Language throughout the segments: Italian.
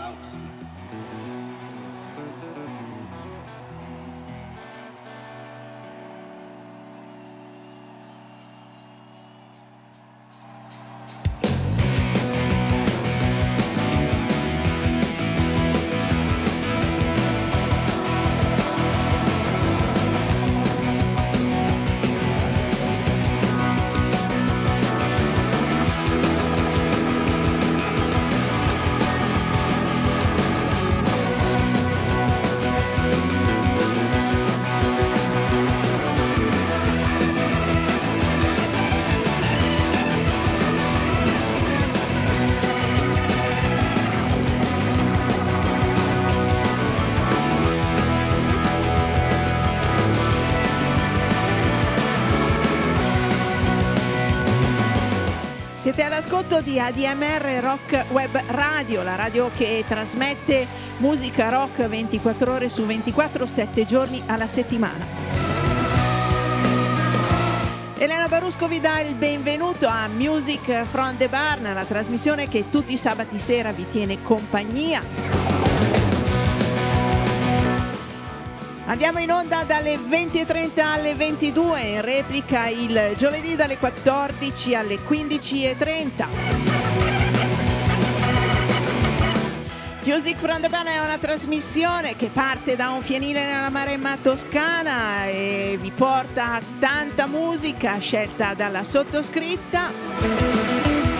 folks. Siete all'ascolto di ADMR Rock Web Radio, la radio che trasmette musica rock 24 ore su 24, 7 giorni alla settimana. Elena Barusco vi dà il benvenuto a Music from the Barn, la trasmissione che tutti i sabati sera vi tiene compagnia. Andiamo in onda dalle 20.30 alle 22, in replica il giovedì dalle 14 alle 15.30. Music from the Barn è una trasmissione che parte da un fienile nella Maremma toscana e vi porta tanta musica scelta dalla sottoscritta.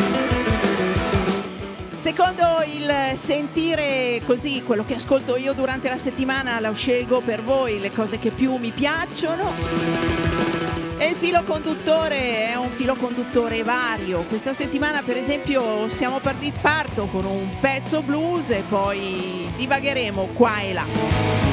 Secondo il sentire, così, quello che ascolto io durante la settimana, lo scelgo per voi, le cose che più mi piacciono. E il filo conduttore è un filo conduttore vario. Questa settimana, per esempio, parto con un pezzo blues e poi divagheremo qua e là.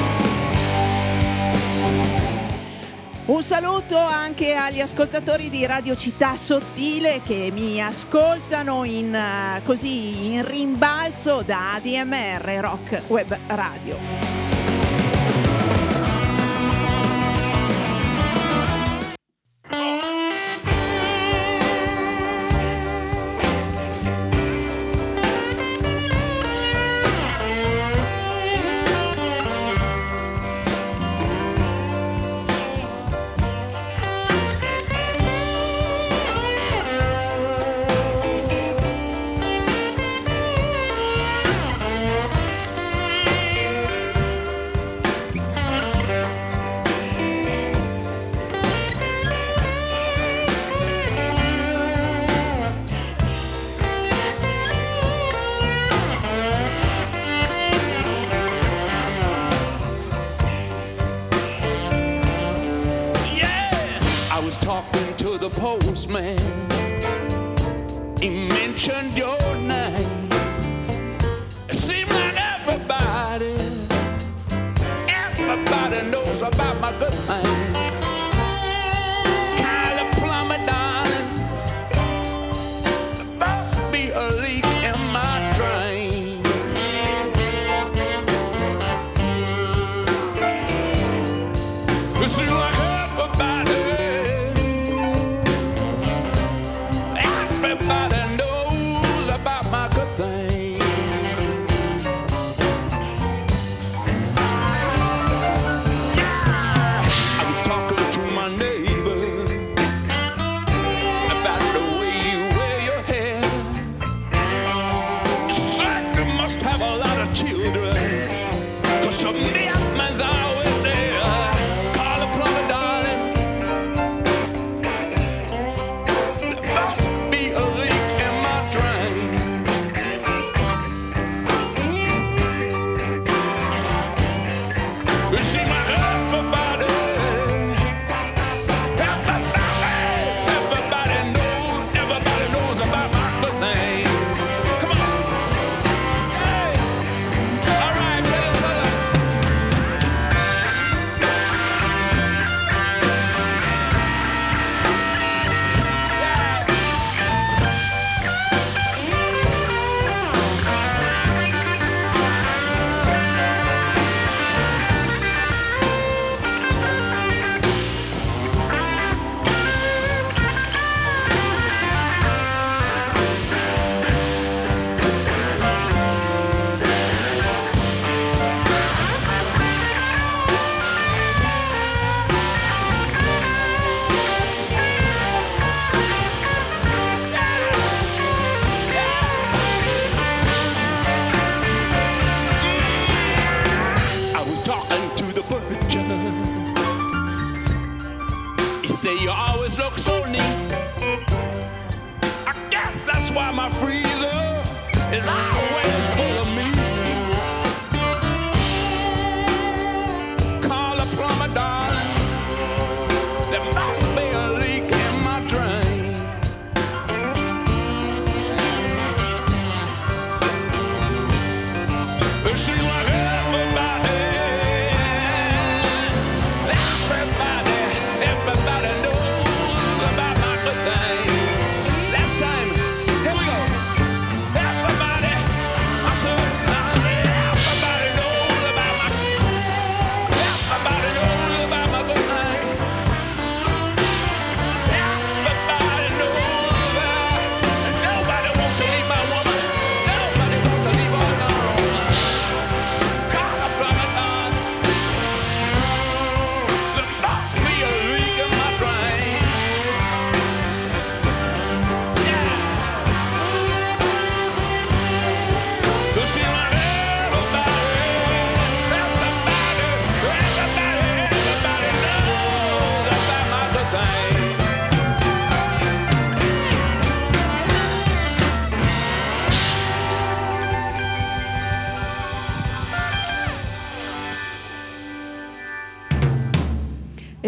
Un saluto anche agli ascoltatori di Radio Città Sottile che mi ascoltano in rimbalzo da ADMR Rock Web Radio. Postman, he mentioned your name. It seemed like everybody knows about my good man. Kylie Plummer, darling, there must be a leak in my drain. It seemed like everybody knows about my good thing. Yeah, I was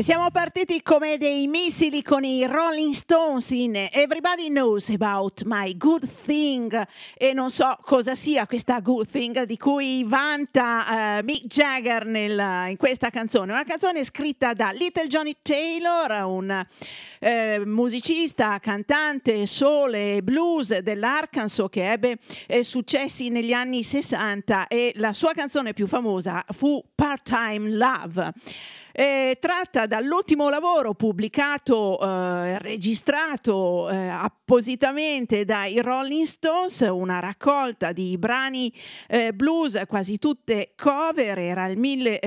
E siamo partiti come dei missili con i Rolling Stones in Everybody Knows About My Good Thing, e non so cosa sia questa Good Thing di cui vanta Mick Jagger in questa canzone. Una canzone scritta da Little Johnny Taylor, un musicista, cantante soul e blues dell'Arkansas che ebbe successi negli anni 60, e la sua canzone più famosa fu Part-Time Love. Tratta dall'ultimo lavoro pubblicato, registrato appositamente dai Rolling Stones, una raccolta di brani blues, quasi tutte cover. Era il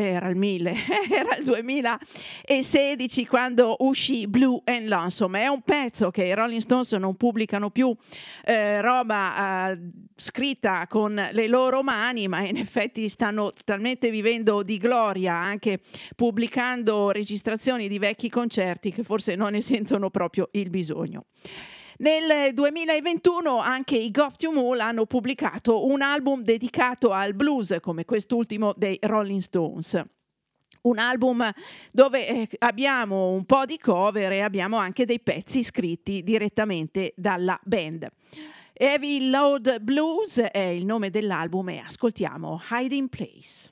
2016 quando uscì Blue and Lonesome. È un pezzo che i Rolling Stones non pubblicano più, roba scritta con le loro mani, ma in effetti stanno talmente vivendo di gloria, anche pubblicando registrazioni di vecchi concerti, che forse non ne sentono proprio il bisogno. Nel 2021 anche i Goth Mule hanno pubblicato un album dedicato al blues, come quest'ultimo dei Rolling Stones. Un album dove abbiamo un po' di cover e abbiamo anche dei pezzi scritti direttamente dalla band. Heavy Load Blues è il nome dell'album e ascoltiamo Hiding Place.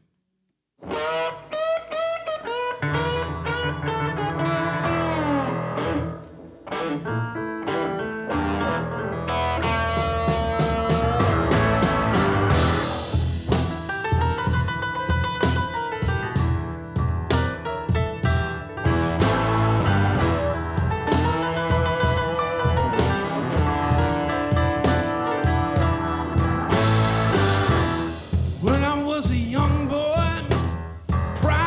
When I was a young boy,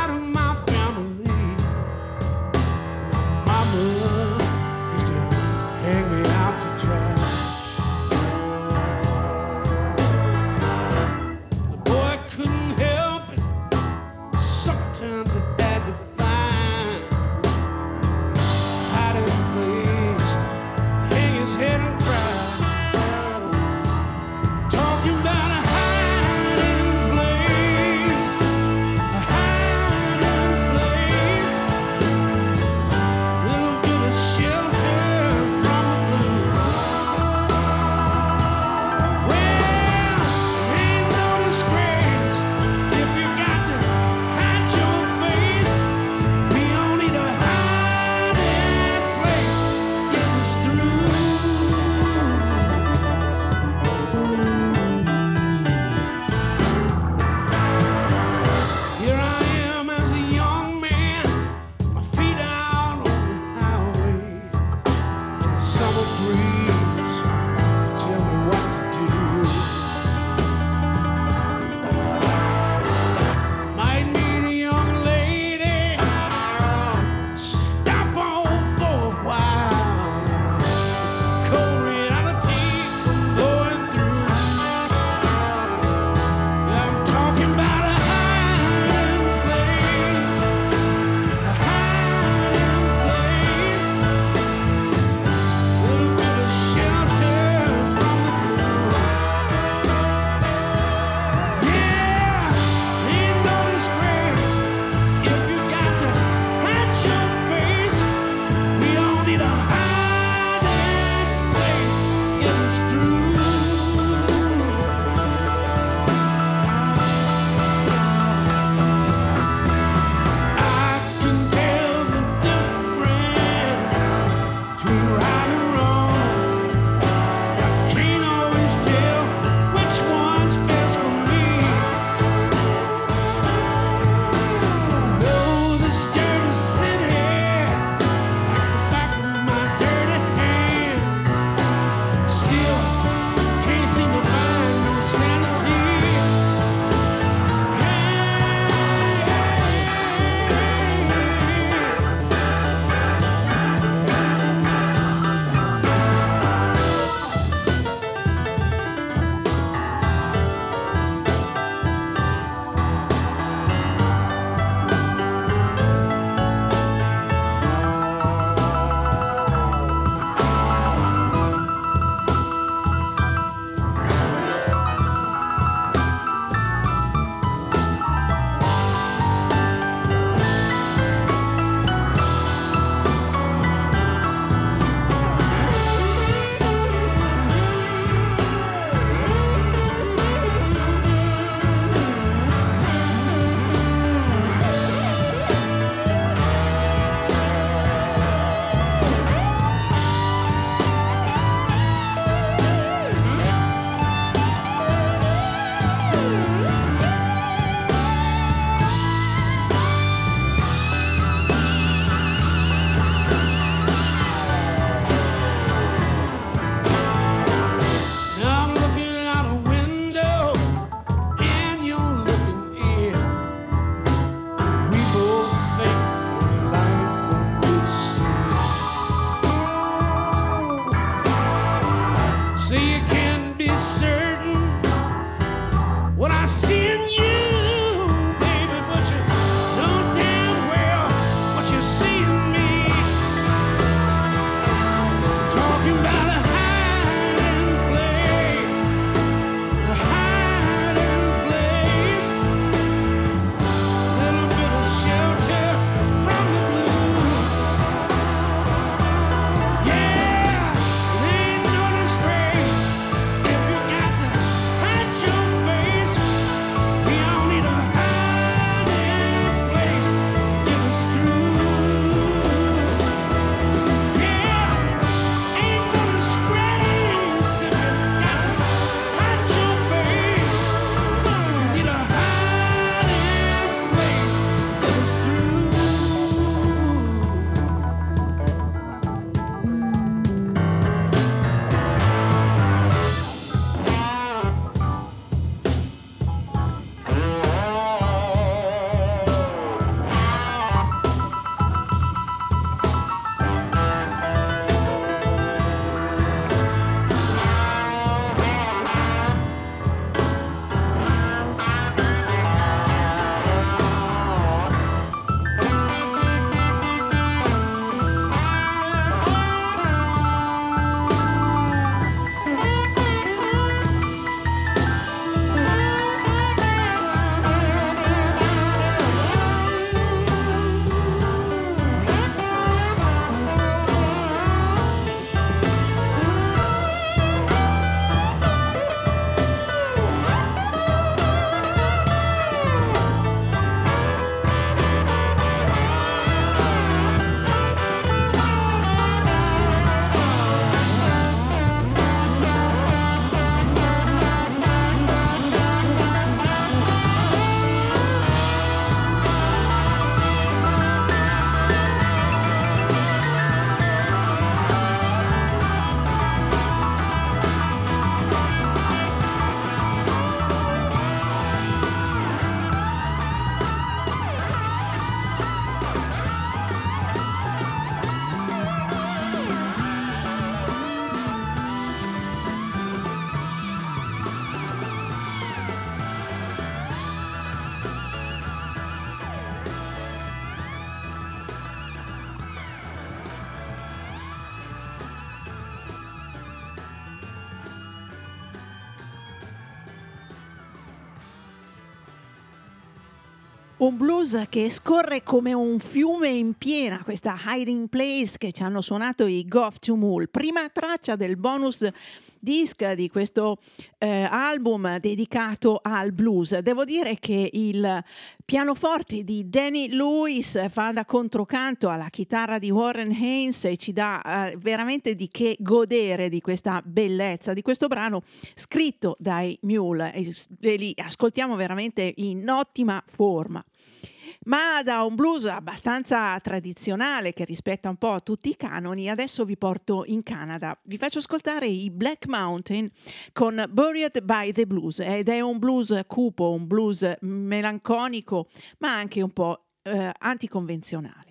Un blues che scorre come un fiume in piena, questa Hiding Place che ci hanno suonato i Goff to Mule, prima traccia del bonus disc di questo album dedicato al blues. Devo dire che il pianoforte di Danny Lewis fa da controcanto alla chitarra di Warren Haynes e ci dà veramente di che godere di questa bellezza di questo brano scritto dai Mule e li ascoltiamo veramente in ottima forma. Ma da un blues abbastanza tradizionale che rispetta un po' tutti i canoni, adesso vi porto in Canada. Vi faccio ascoltare i Black Mountain con Buried by the Blues ed è un blues cupo, un blues melanconico, ma anche un po' anticonvenzionale.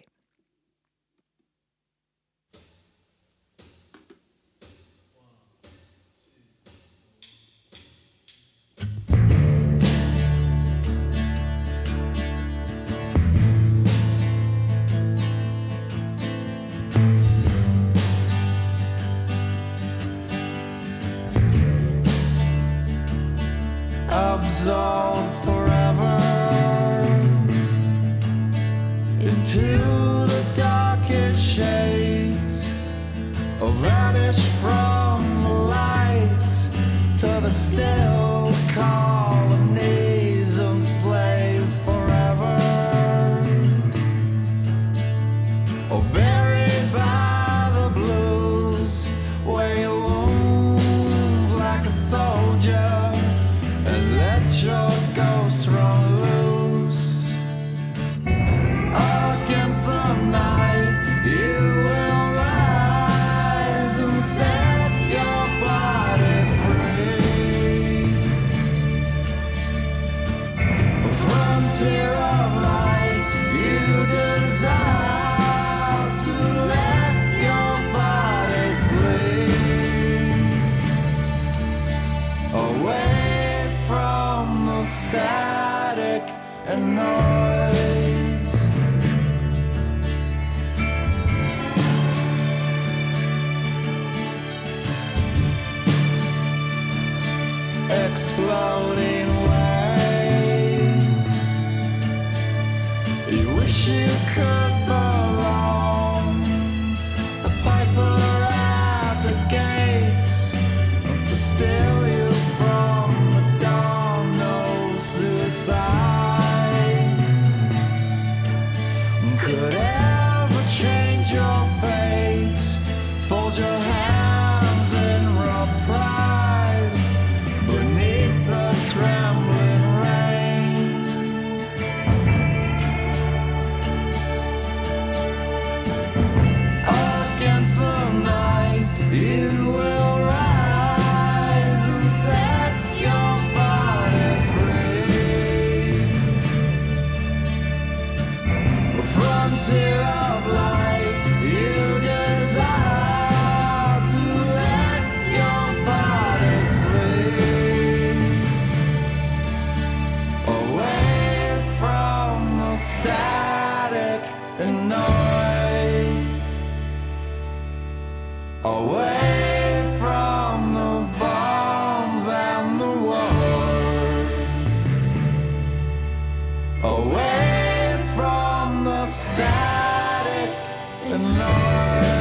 Absorbed forever into the darkest shades, or vanish from the light to the still colonies enslaved forever, or buried by the blues where your wounds like a soldier. Your ghost run loose against the night. You will rise and set your body free. A frontier of light. You desire to let your body sleep away from the static and noise. Exploding waves. You wish you could belong. A piper at the gates to steal you from the dawn. No suicide could ever change your fate. Fold your hands in raw pride beneath the trembling rain. Against the night, you will rise and set your body free. A frontier of light, you desire to let your body sleep away from the static and noise, away from the bombs and the war, away from the static and noise.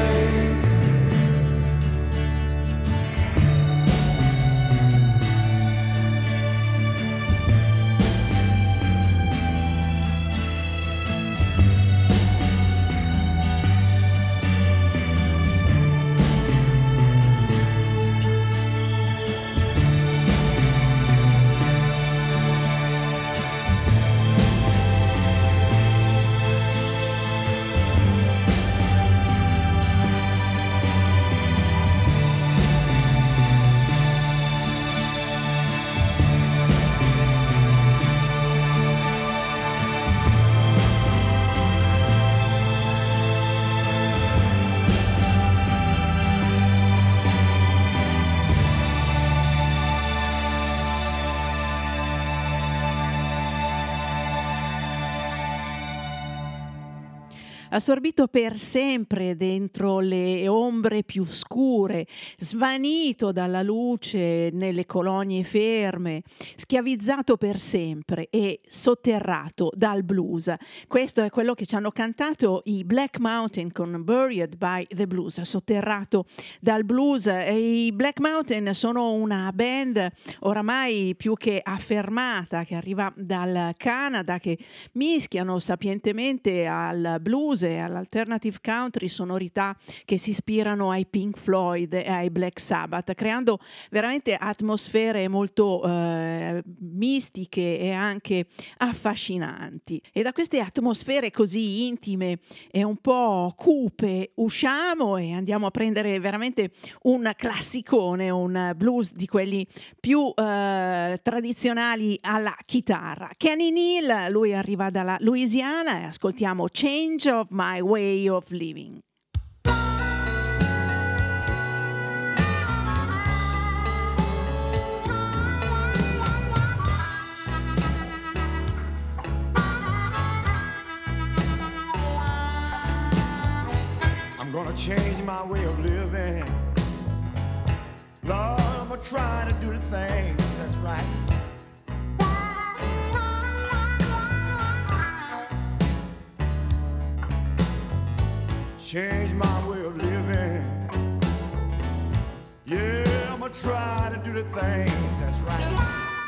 assorbito per sempre dentro le ombre più scure, svanito dalla luce nelle colonie ferme, schiavizzato per sempre e sotterrato dal blues. Questo è quello che ci hanno cantato i Black Mountain con Buried by the Blues, sotterrato dal blues. E i Black Mountain sono una band oramai più che affermata che arriva dal Canada, che mischiano sapientemente al blues e all'alternative country sonorità che si ispirano ai Pink Floyd e ai Black Sabbath, creando veramente atmosfere molto mistiche e anche affascinanti. E da queste atmosfere così intime e un po' cupe usciamo e andiamo a prendere veramente un classicone, un blues di quelli più tradizionali alla chitarra. Kenny Neal, lui arriva dalla Louisiana e ascoltiamo Change of My Way of Living. I'm gonna change my way of living. Lord, I'm gonna try to do the thing that's right. Change my way of living. Yeah, I'm gonna try to do the thing that's right.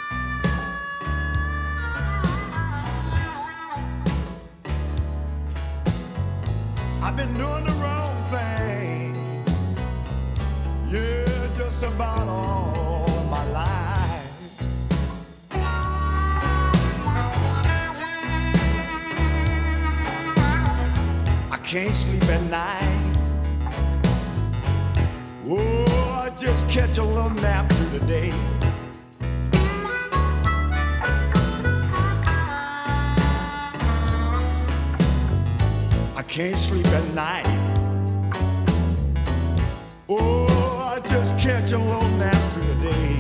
I've been doing the wrong thing, yeah, just about all my life. I can't sleep at night. Oh, I just catch a little nap through the day. I can't sleep at night. Oh, I just catch a little nap through the day.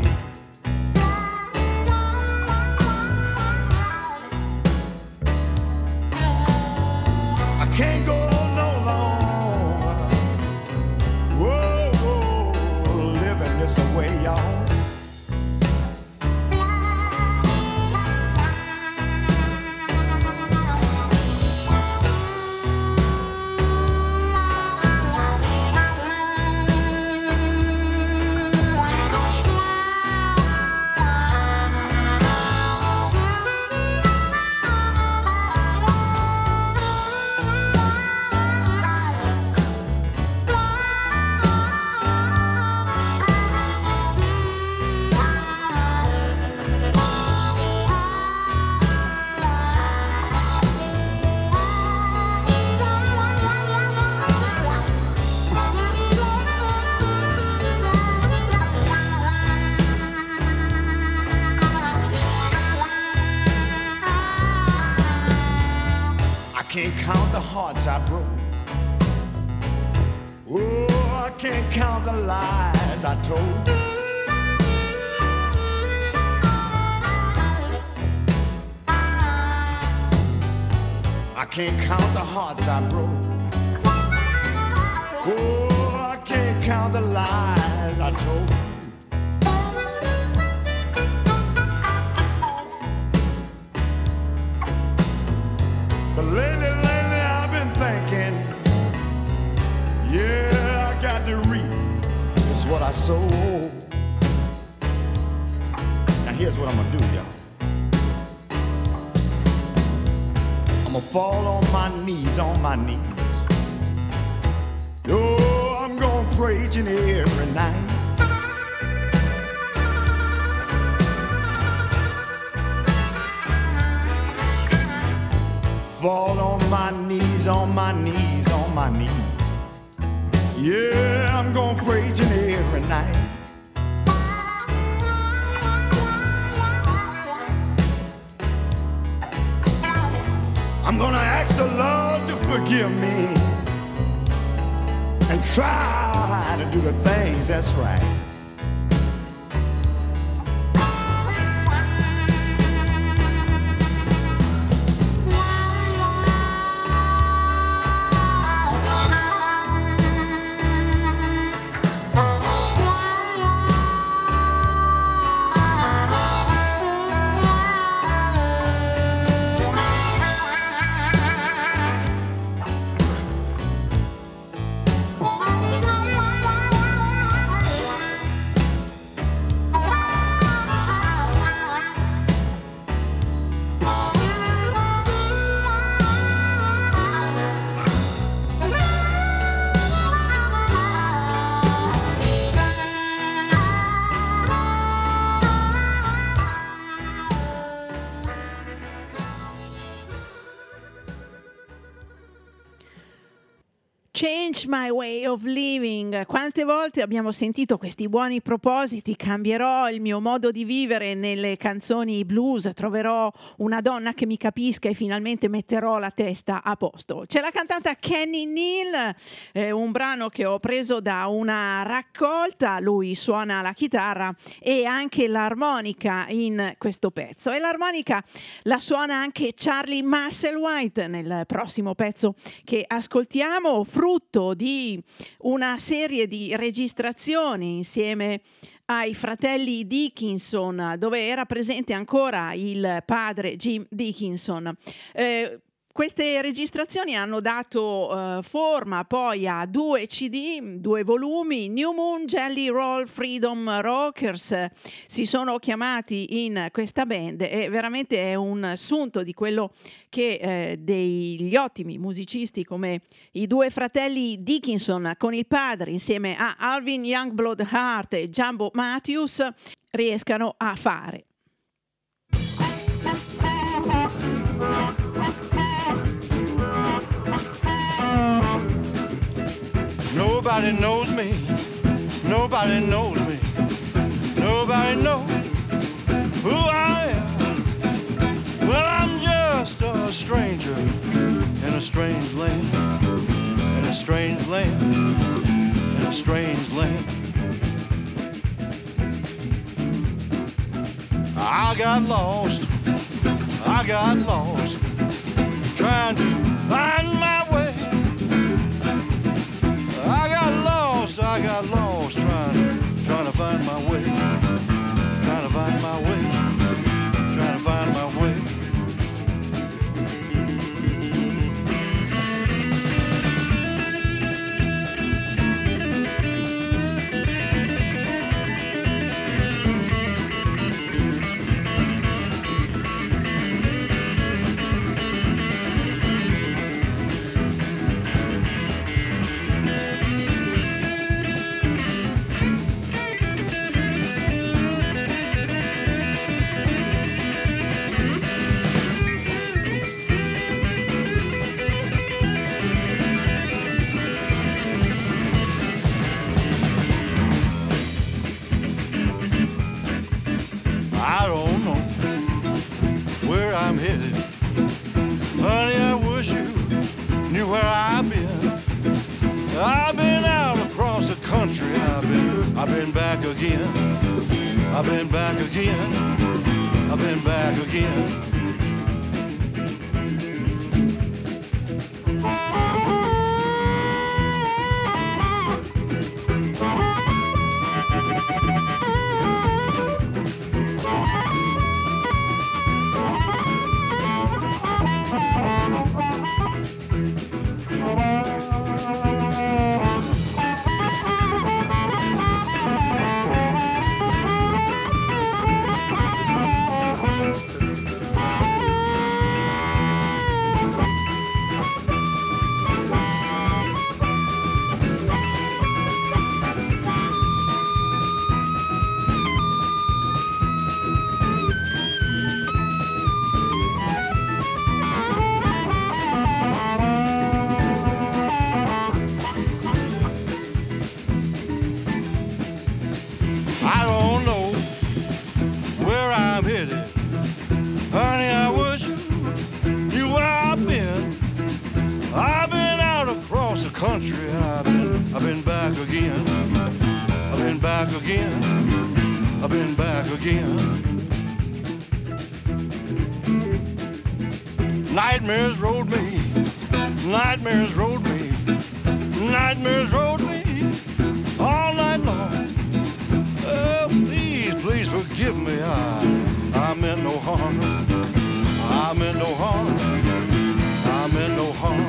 I can't go no longer. Whoa, whoa, living this way, y'all. Can't count the hearts I broke. Oh, I can't count the lies I told. I can't count the hearts I broke. Oh, I can't count the lies I told. But lately I've been thinking, yeah, I got to reap just what I sow. Now here's what I'm gonna do, y'all. I'm gonna fall on my knees, Oh, I'm gonna pray each and every night. Fall on my knees, Yeah, I'm gonna pray each and every night. I'm gonna ask the Lord to forgive me and try to do the things that's right. Change my way of living. Quante volte abbiamo sentito questi buoni propositi: cambierò il mio modo di vivere nelle canzoni blues, troverò una donna che mi capisca e finalmente metterò la testa a posto. C'è la cantata Kenny Neal, un brano che ho preso da una raccolta. Lui suona la chitarra e anche l'armonica in questo pezzo, e l'armonica la suona anche Charlie Musselwhite nel prossimo pezzo che ascoltiamo, frutto di una serie di registrazioni insieme ai fratelli Dickinson, dove era presente ancora il padre Jim Dickinson. Queste registrazioni hanno dato forma poi a 2 CD, 2 volumi. New Moon, Jelly Roll, Freedom Rockers si sono chiamati in questa band, e veramente è un sunto di quello che degli ottimi musicisti come i 2 fratelli Dickinson con il padre insieme a Alvin Youngblood Hart e Jumbo Matthews riescano a fare. Nobody knows me, nobody knows me, nobody knows who I am. Well, I'm just a stranger in a strange land, in a strange land, in a strange land. I got lost, trying to find my way. I got lost trying to find my way, trying to find my way, trying to find my way. I don't know where I'm headed. Honey, I wish you knew where I've been. I've been out across the country. I've been back again. I've been back again. I've been back again. Nightmares rode me, nightmares rode me, nightmares rode me all night long. Oh, please, please forgive me. I meant no harm. I meant no harm. I meant no harm.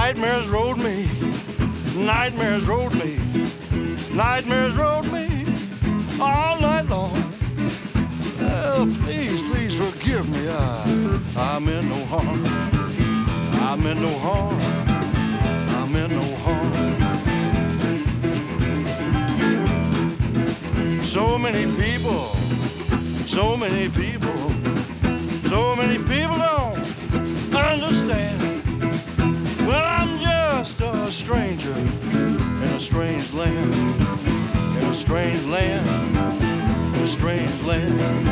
Nightmares rode me, nightmares rode me, nightmares rode me all night long. Oh, please, please forgive me. I meant no harm. I meant no harm. I meant no harm. So many people, so many people, so many people don't understand. Well, I'm just a stranger in a strange land, in a strange land, in a strange land.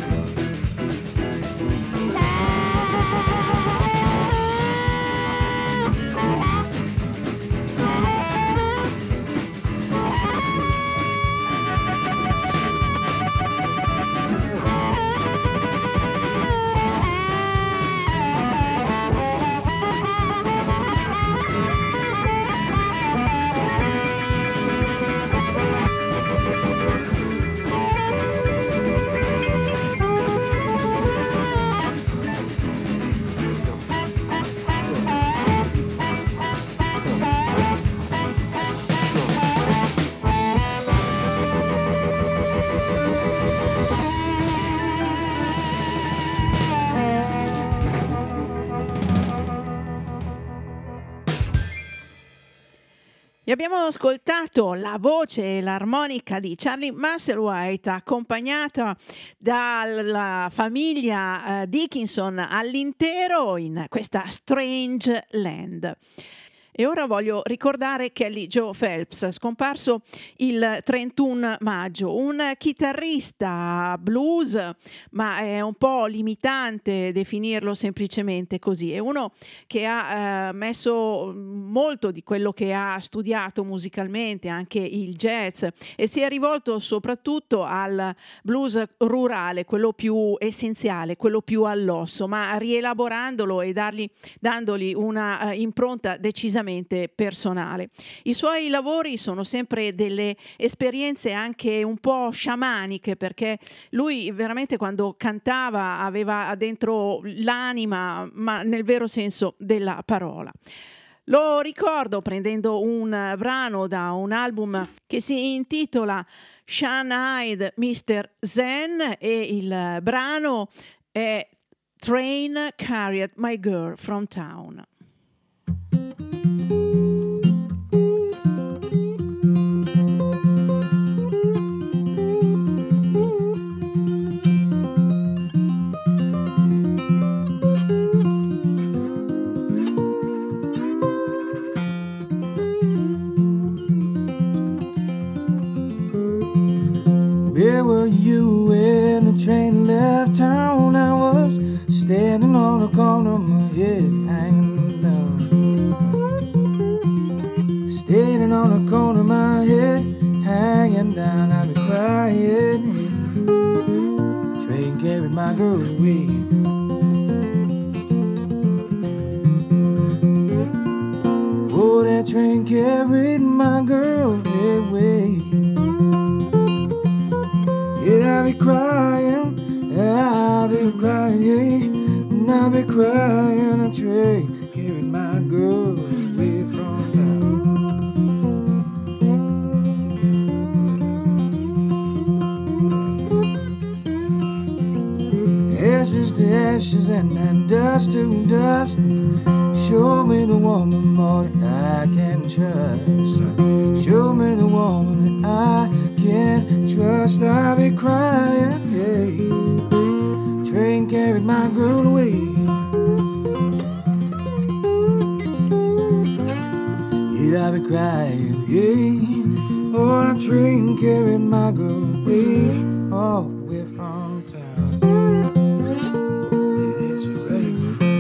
E abbiamo ascoltato la voce e l'armonica di Charlie Musselwhite accompagnata dalla famiglia Dickinson all'intero in questa Strange Land. E ora voglio ricordare Kelly Joe Phelps, scomparso il 31 maggio, un chitarrista blues, ma è un po' limitante definirlo semplicemente così. È uno che ha messo molto di quello che ha studiato musicalmente, anche il jazz, e si è rivolto soprattutto al blues rurale, quello più essenziale, quello più all'osso, ma rielaborandolo e dandogli una impronta decisamente personale. I suoi lavori sono sempre delle esperienze anche un po' sciamaniche, perché lui veramente quando cantava aveva dentro l'anima, ma nel vero senso della parola. Lo ricordo prendendo un brano da un album che si intitola Shine-Eyed Mr. Zen e il brano è Train Carried My Girl from Town. Where were you when the train left town? I was standing on the corner, my head hanging down. Standing on the corner, my head hanging down. I've been crying. Train carried my girl away. Oh, that train carried my girl away. Yeah, I'll be crying, I'll be crying, yeah. And I'll be crying, a train carried my girl away from town. Ashes to ashes and dust to dust. Show me the woman more that I can trust. Show me the woman that I can trust. I'll be crying, yeah. Train carried my girl away. Yeah, I'll be crying, yeah. Oh, the train carried my girl away. All the way from town. Yeah, it's right.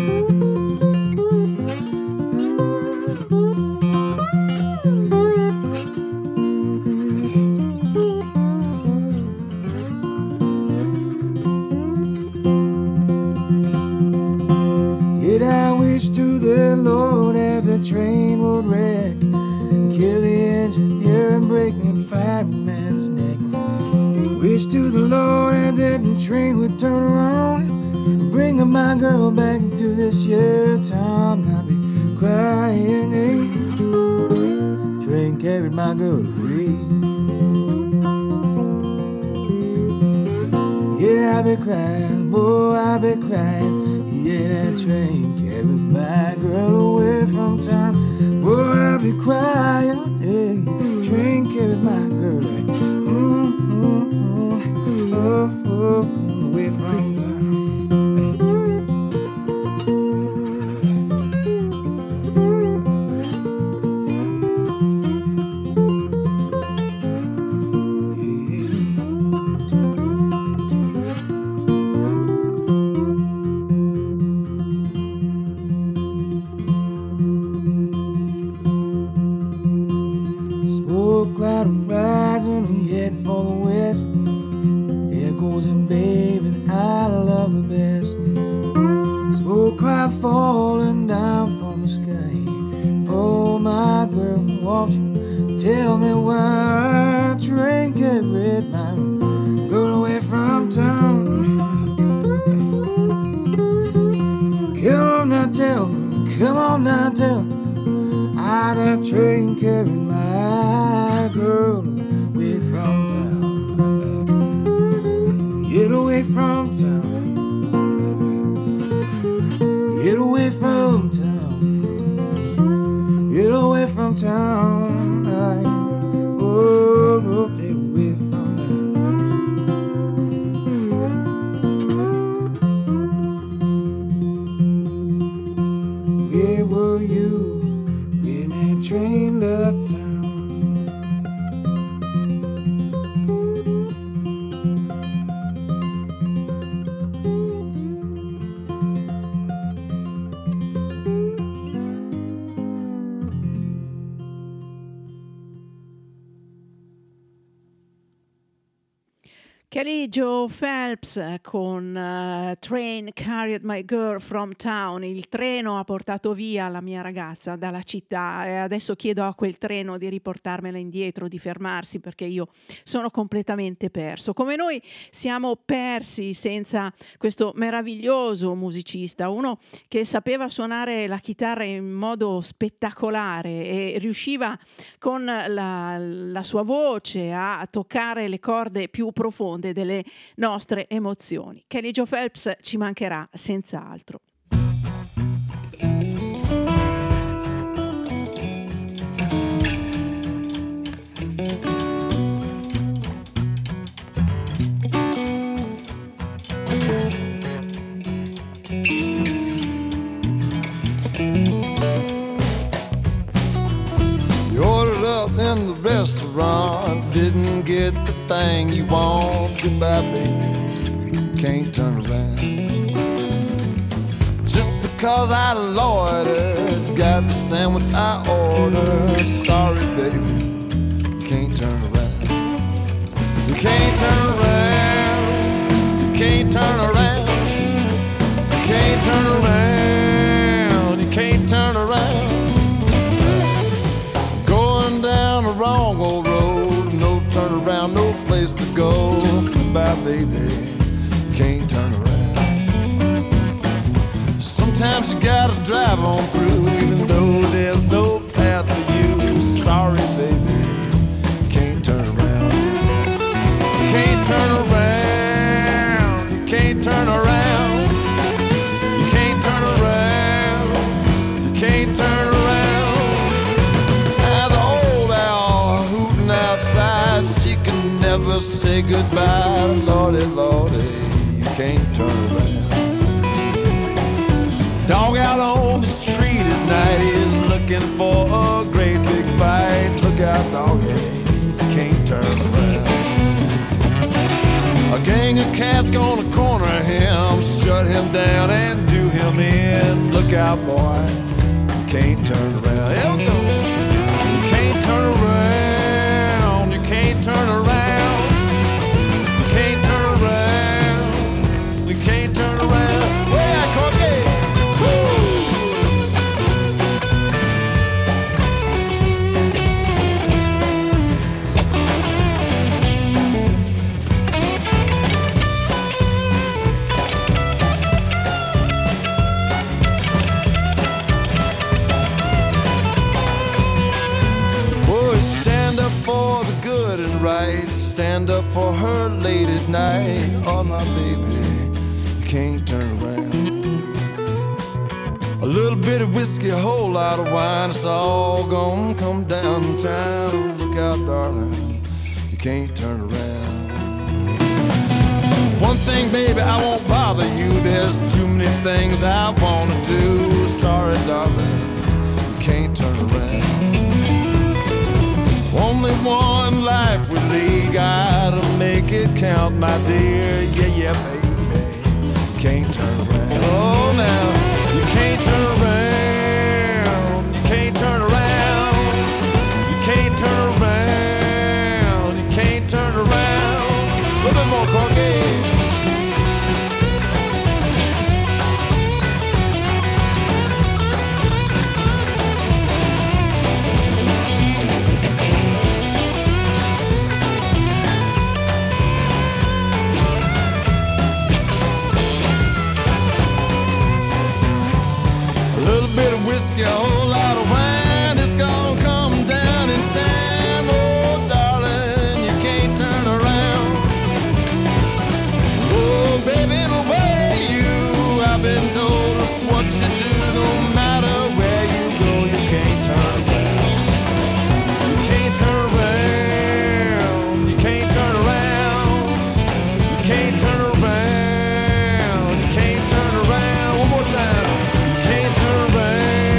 To the Lord that the train would wreck, kill the engineer and break that fireman's neck. Wish to the Lord that the train would turn around, bring my girl back into this here town. I'll be crying, train carried my girl away. Yeah, I be crying, boy, I be crying. Yeah, that train carried my girl away from town. Boy, I be crying, yeah, train carried my girl away. Away from town. Smoke cloud rising, we head for the west. Echoes and baby, I love the best. Smoke cloud falling down from the sky. Oh my girl, won't you tell me why train carried my girl away from town? Come on now, tell me, come on now, tell me. How that train carried my girl away from town. Get away from town. Get away from town. Get away from town. Oh, get away from town. Where were you? Train left town. Kelly Joe Phelps con Train Carried My Girl from Town. Il treno ha portato via la mia ragazza dalla città e adesso chiedo a quel treno di riportarmela indietro, di fermarsi, perché io sono completamente perso. Come noi siamo persi senza questo meraviglioso musicista, uno che sapeva suonare la chitarra in modo spettacolare e riusciva con la sua voce a toccare le corde più profonde delle nostre emozioni. Kelly Joe Phelps ci mancherà senz'altro. You ordered up in the restaurant, didn't get the thing you want. Goodbye, baby, can't turn around. Just because I loitered, got the sandwich I ordered. Sorry, baby, you can't turn around. You can't turn around. You can't turn around. You can't turn around. You can't turn around. Going down the wrong old road, no turn around, no place to go. Goodbye, baby, can't turn around. Sometimes you gotta drive on through, even though there's no path for you. Sorry, baby, can't turn around. You can't turn around. You can't turn around. You can't turn around. You can't turn around. As an old owl hooting outside, she can never say goodbye. Lordy, Lordy, you can't turn around. Dog out on the street at night is looking for a great big fight. Look out, doggy, you can't turn around. A gang of cats gonna corner him, shut him down and do him in. Look out, boy, you can't turn around. Hell no. You can't turn around. You can't turn around. You can't turn around. You can't turn around. Way out, Corky. Woo! her late at night. Oh, my baby, you can't turn around. A little bit of whiskey, a whole lot of wine, it's all gonna come down in time. Look out, darling, you can't turn around. One thing, baby, I won't bother you. There's too many things I wanna do. Sorry, darling, you can't turn around. Only one life we lead, gotta make it count, my dear. Yeah, yeah, baby, you can't turn around. Oh, now, you can't turn around. You can't turn around. You can't turn around. You can't turn around. A little bit more, Corky. Whiskey, a whole lot of wine, it's gonna come down in time. Oh, darling, you can't turn around. Oh, baby, the way I've been told it's what you do, no matter where you go, you can't turn around. You can't turn around. You can't turn around. You can't turn around. You can't turn around. One more time. You can't turn around.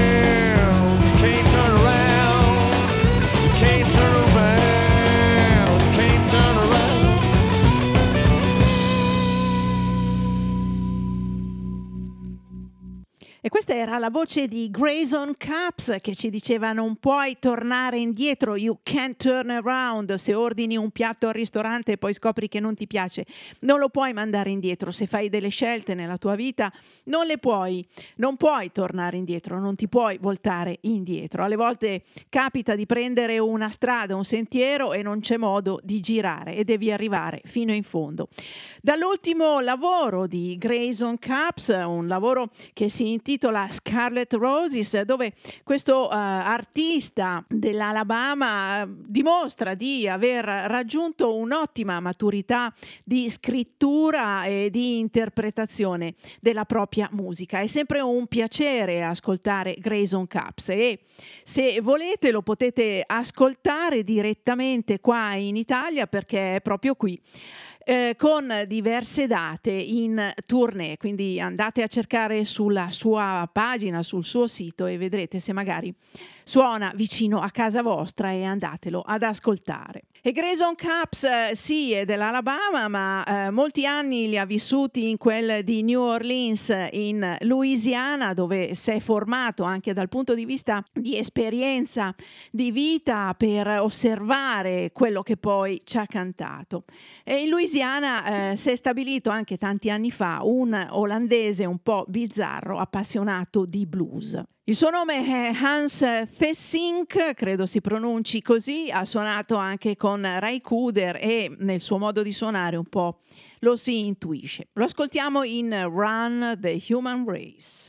E questa era la voce di Grayson Capps che ci diceva: non puoi tornare indietro, you can't turn around. Se ordini un piatto al ristorante e poi scopri che non ti piace, non lo puoi mandare indietro. Se fai delle scelte nella tua vita, non puoi tornare indietro, non ti puoi voltare indietro. Alle volte capita di prendere una strada, un sentiero e non c'è modo di girare e devi arrivare fino in fondo. Dall'ultimo lavoro di Grayson Capps, un lavoro che si intitola Scarlet Roses, dove questo artista dell'Alabama dimostra di aver raggiunto un'ottima maturità di scrittura e di interpretazione della propria musica. È sempre un piacere ascoltare Grayson Capps e se volete lo potete ascoltare direttamente qua in Italia, perché è proprio qui con diverse date in tournée, quindi andate a cercare sulla sua pagina, sul suo sito e vedrete se magari suona vicino a casa vostra e andatelo ad ascoltare. E Grayson Capps sì, è dell'Alabama, ma molti anni li ha vissuti in quel di New Orleans in Louisiana, dove si è formato anche dal punto di vista di esperienza di vita per osservare quello che poi ci ha cantato. E in Louisiana si è stabilito anche tanti anni fa un olandese un po' bizzarro, appassionato di blues. Il suo nome è Hans Theessink, credo si pronunci così, ha suonato anche con Ray Cooder e nel suo modo di suonare un po' lo si intuisce. Lo ascoltiamo in Run the Human Race.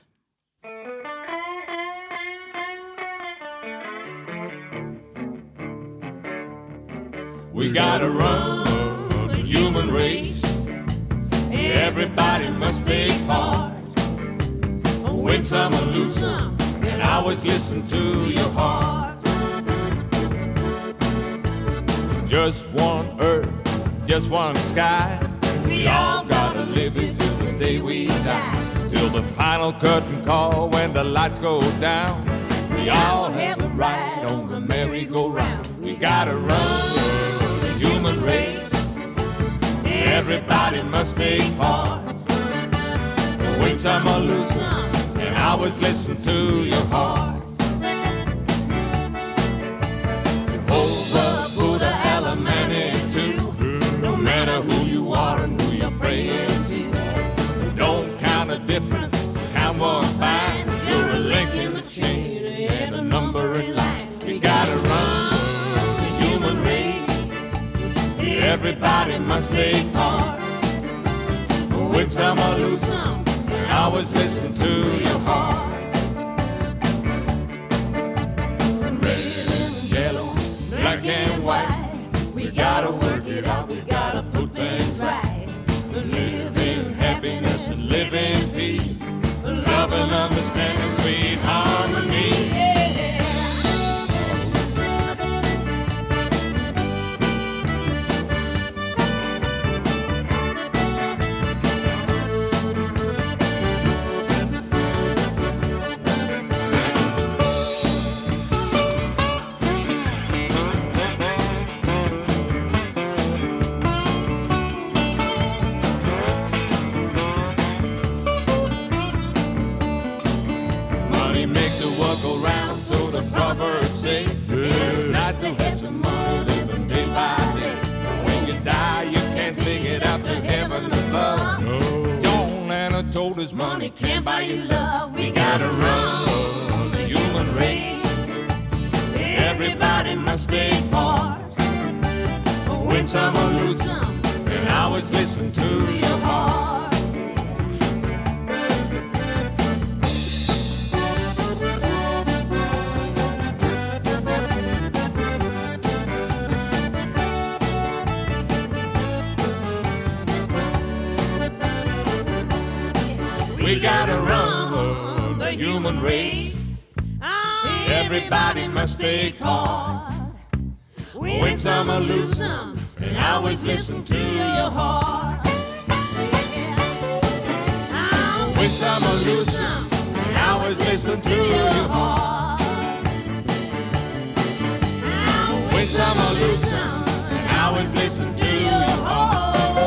We gotta run the human race. Everybody must take part. Win some or lose some, and always listen to your heart. Just one earth, just one sky. We all gotta live it till the day we die. Till the final curtain call when the lights go down. We all have the right on the merry-go-round. We gotta run the human race. Everybody must take part. Win some or lose some, and always listen to your heart. Jehovah, Buddha, Allah, Manitou. No matter who you are and who you're praying to, don't count the difference, count what's fine. You're a link in the chain and a number in line. You gotta run the human race. Everybody must take part. Win some or lose some, and always listen to your heart. Red and yellow, black and white. We gotta work it out, we gotta put this money can't buy you love. We gotta run the human race. Everybody must take part. Win some or lose some, and always listen to your heart. We gotta run the human race. Everybody must take part. Win some or lose some, and always listen to your heart. Win some or lose some, and always listen to your heart. Win some or lose some, and always listen to your heart.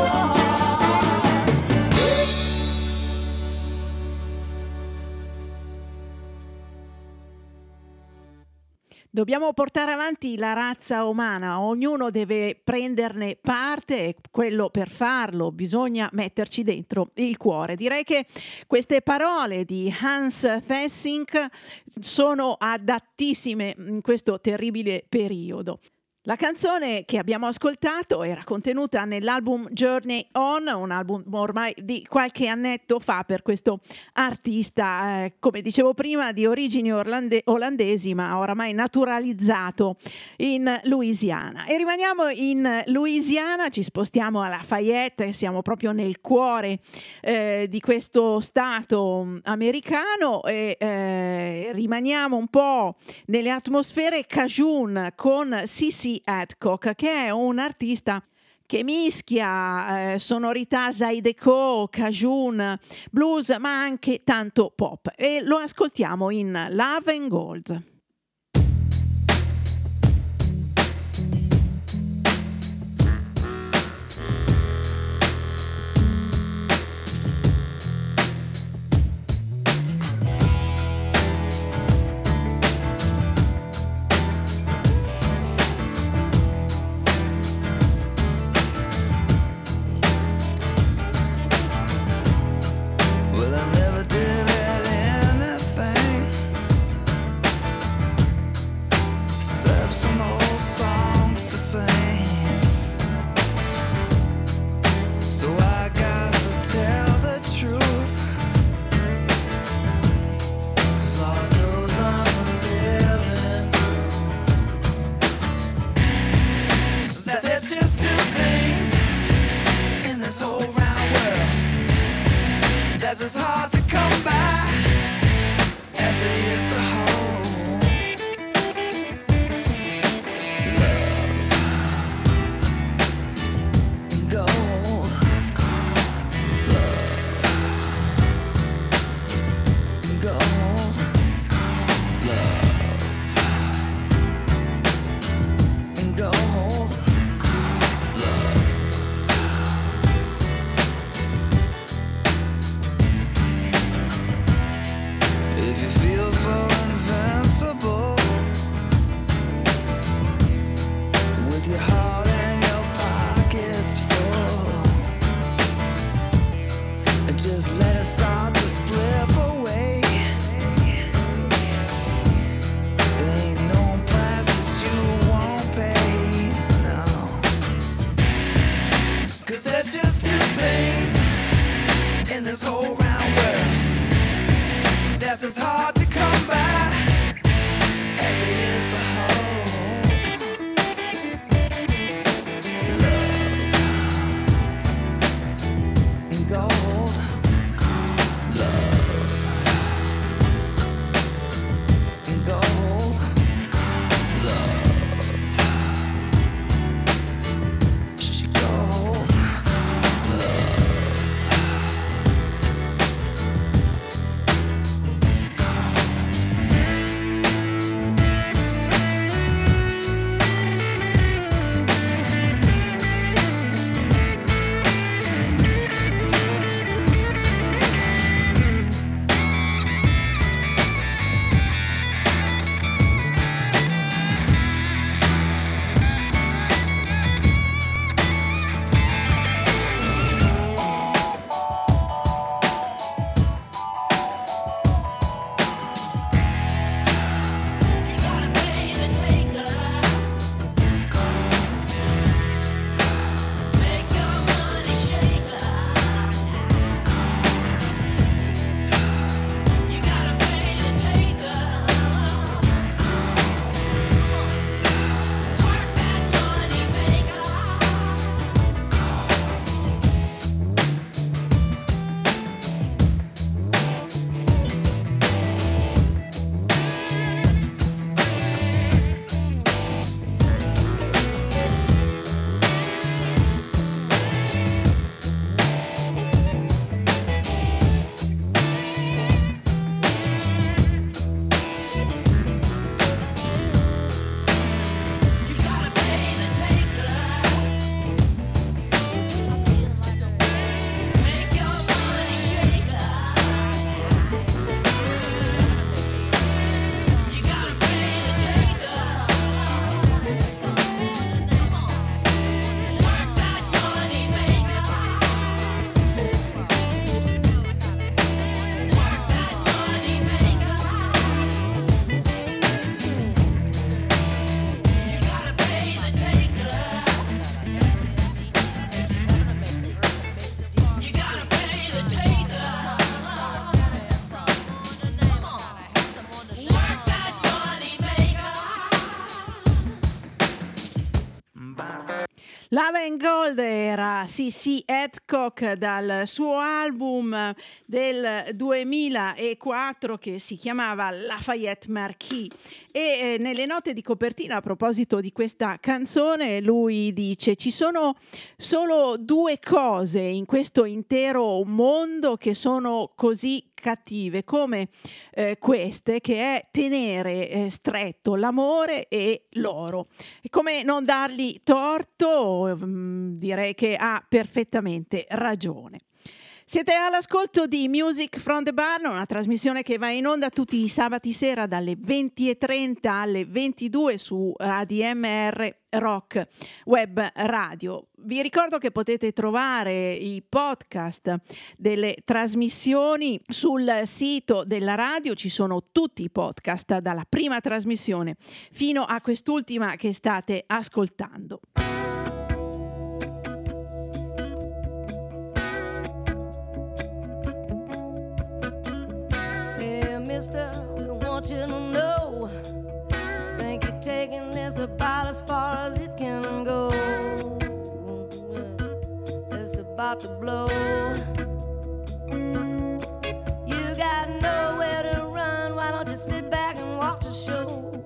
Dobbiamo portare avanti la razza umana, ognuno deve prenderne parte e quello per farlo bisogna metterci dentro il cuore. Direi che queste parole di Hans Theessink sono adattissime in questo terribile periodo. La canzone che abbiamo ascoltato era contenuta nell'album Journey On, un album ormai di qualche annetto fa per questo artista, come dicevo prima, di origini olandesi, ma oramai naturalizzato in Louisiana. E rimaniamo in Louisiana, ci spostiamo a Lafayette, siamo proprio nel cuore di questo stato americano e rimaniamo un po' nelle atmosfere Cajun con Cissy Adcock, che è un artista che mischia sonorità Zydeco, Cajun, blues, ma anche tanto pop. E lo ascoltiamo in Love and Gold. As hard to come by as it is to hold love and gold, love and gold, love and gold, love. If you feel so invincible, with your heart and your pockets full, just let it start to slip away. There ain't no prices you won't pay, no. 'Cause there's just two things in this whole round world that's as hard to come by as it is to hold love and gold, love and gold, love, gold, love. Love and Gold era C.C. Edcock dal suo album del 2004 che si chiamava Lafayette Marquis, e nelle note di copertina a proposito di questa canzone lui dice: ci sono solo due cose in questo intero mondo che sono così cattive come queste, che è tenere stretto l'amore e l'oro. E come non dargli torto, direi che ha perfettamente ragione. Siete all'ascolto di Music from the Barn, una trasmissione che va in onda tutti i sabati sera dalle 20:30 alle 22 su ADMR Rock Web Radio. Vi ricordo che potete trovare i podcast delle trasmissioni sul sito della radio. Ci sono tutti i podcast dalla prima trasmissione fino a quest'ultima che state ascoltando. Mister, we want you to know, think you're taking this about as far as it can go. It's about to blow. You got nowhere to run, why don't you sit back and watch the show?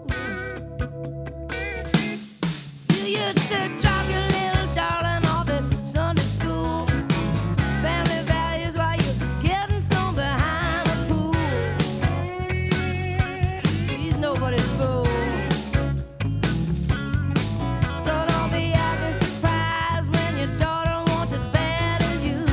You used to drop your little darling off at Sunday school, family values while you're getting some behind. Nobody's fool. So don't be acting surprised when your daughter wants it bad as you.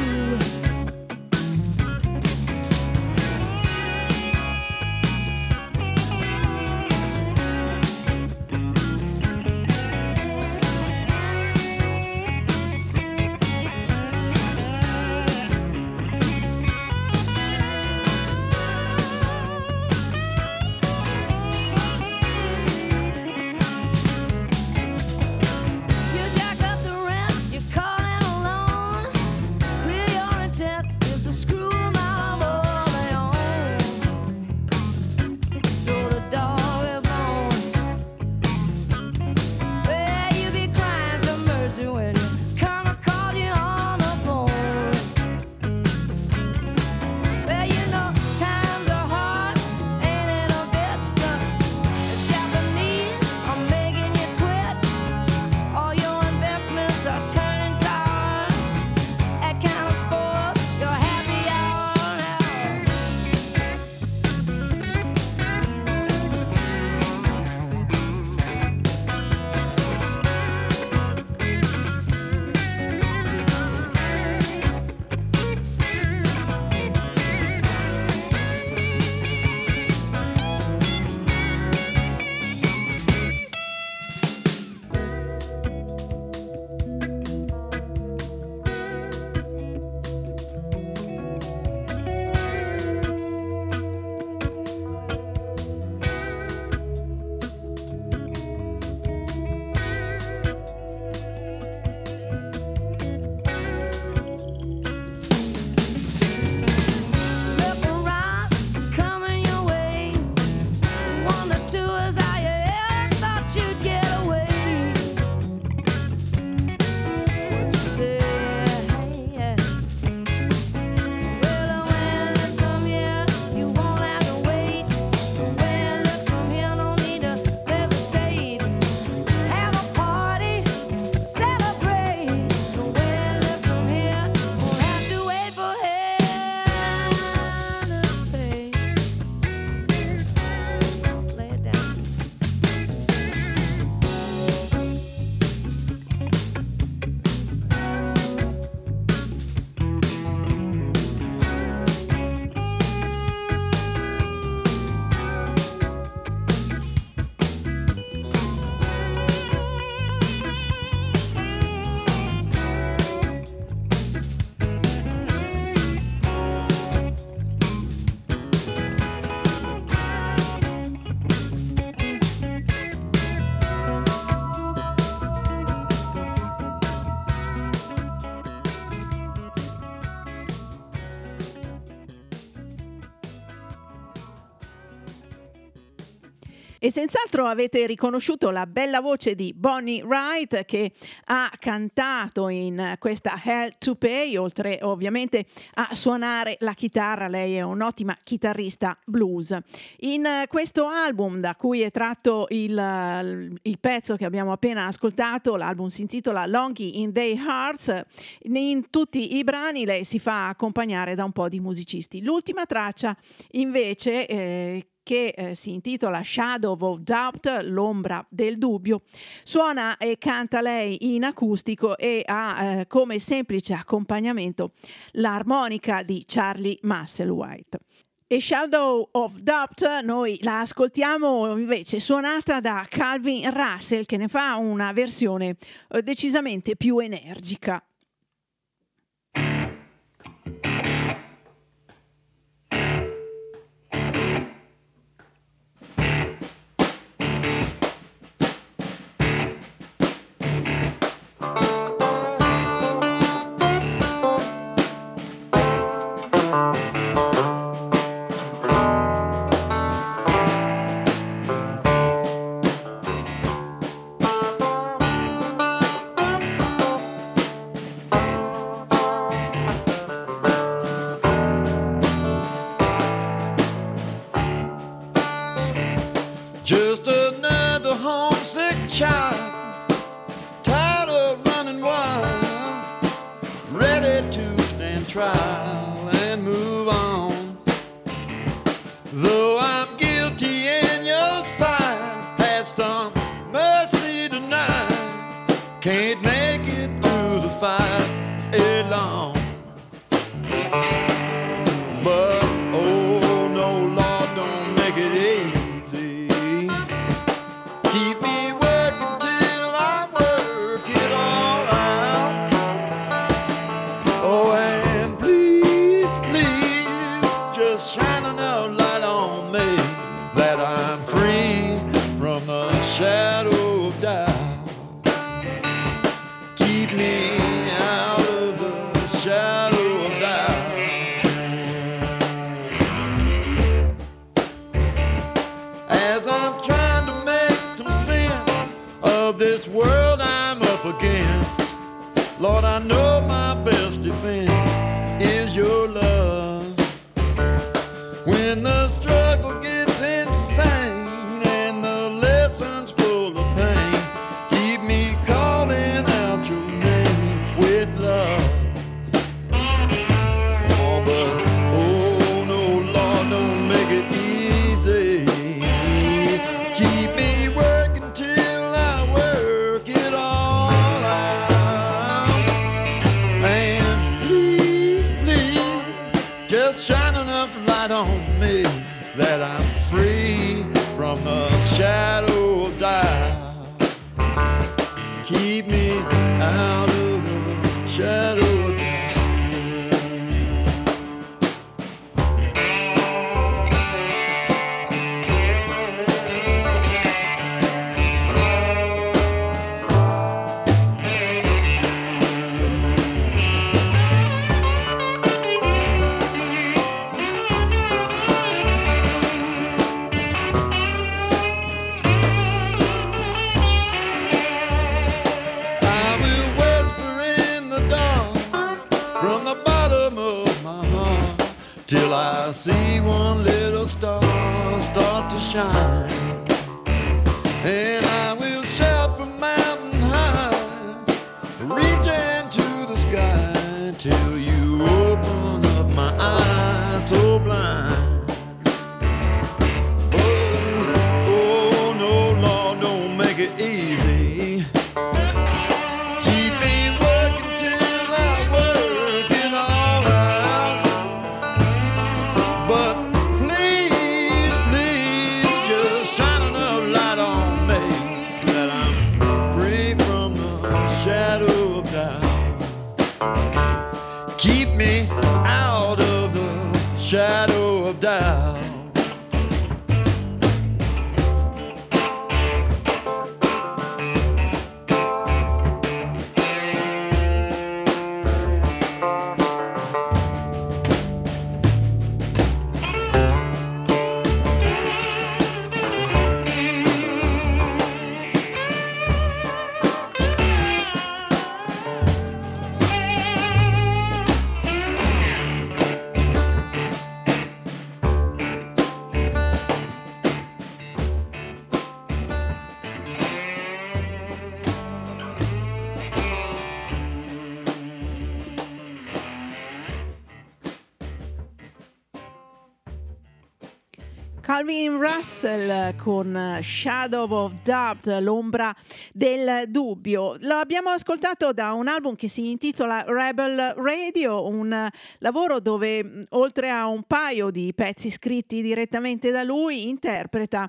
E senz'altro avete riconosciuto la bella voce di Bonnie Wright, che ha cantato in questa Hell to Pay, oltre ovviamente a suonare la chitarra. Lei è un'ottima chitarrista blues. In questo album da cui è tratto il pezzo che abbiamo appena ascoltato, l'album si intitola Longing in Their Hearts, in tutti i brani lei si fa accompagnare da un po' di musicisti. L'ultima traccia invece che si intitola Shadow of Doubt, l'ombra del dubbio, suona e canta lei in acustico e ha come semplice accompagnamento l'armonica di Charlie Musselwhite. E Shadow of Doubt noi la ascoltiamo invece suonata da Calvin Russell, che ne fa una versione decisamente più energica. Just another homesick child, tired of running wild, ready to stand trial and move on. Though I'm guilty in your sight, have some mercy tonight, can't make it through the fight alone. But oh no, Lord, don't make it easy. Keep me working till I work it all out. Oh, and please, please, just shine enough light on me that I'm free from the shadow of doubt. Keep me out of the shadow of doubt. As I'm trying to make some sense of this world I'm up against, Lord, I know my best defense is your love. When the struggle gets insane and the lessons full of pain, keep me calling out your name with love. Oh, but oh no, Lord, don't make it easy. Keep me working till I work it all out. And please, please, just shine enough light on me that I'm free from the shadow of doubt. Keep me out of the shadow of doubt. I will whisper in the dark from the bottom of my heart till I see one little star start to shine. And I will shout from mountain high, reaching to the sky till you open up my eyes so blind. Oh no, Lord, don't make it easy. Keep me working till I work it all out. But please, please, just shine enough light on me that I'm free from the shadow of doubt. Keep me out of the shadow of doubt. Calvin Russell con Shadow of Doubt, l'ombra del dubbio. Lo abbiamo ascoltato da un album che si intitola Rebel Radio, un lavoro dove oltre a un paio di pezzi scritti direttamente da lui interpreta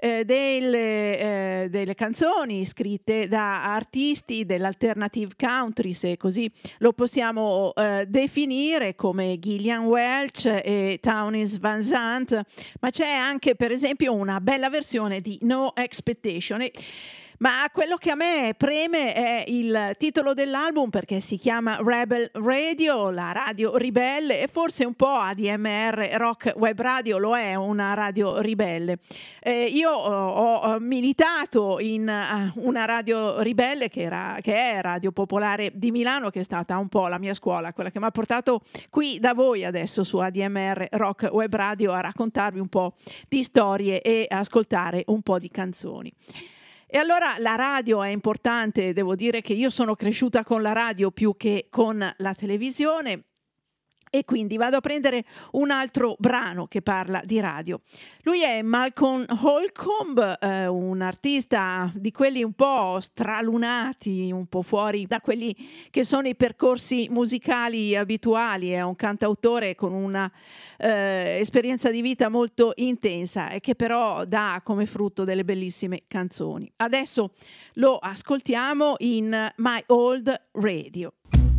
delle canzoni scritte da artisti dell'alternative country, se così lo possiamo definire, come Gillian Welch e Townes Van Zandt, ma c'è anche per esempio una bella versione di No Expectation. Ma quello che a me preme è il titolo dell'album, perché si chiama Rebel Radio, la radio ribelle, e forse un po' ADMR Rock Web Radio lo è, una radio ribelle. Io ho militato in una radio ribelle che è Radio Popolare di Milano, che è stata un po' la mia scuola, quella che mi ha portato qui da voi adesso su ADMR Rock Web Radio a raccontarvi un po' di storie e ascoltare un po' di canzoni. E allora la radio è importante, devo dire che io sono cresciuta con la radio più che con la televisione, e quindi vado a prendere un altro brano che parla di radio. Lui è Malcolm Holcomb, un artista di quelli un po' stralunati, un po' fuori da quelli che sono i percorsi musicali abituali. È un cantautore con una esperienza di vita molto intensa e che però dà come frutto delle bellissime canzoni. Adesso lo ascoltiamo in My Old Radio.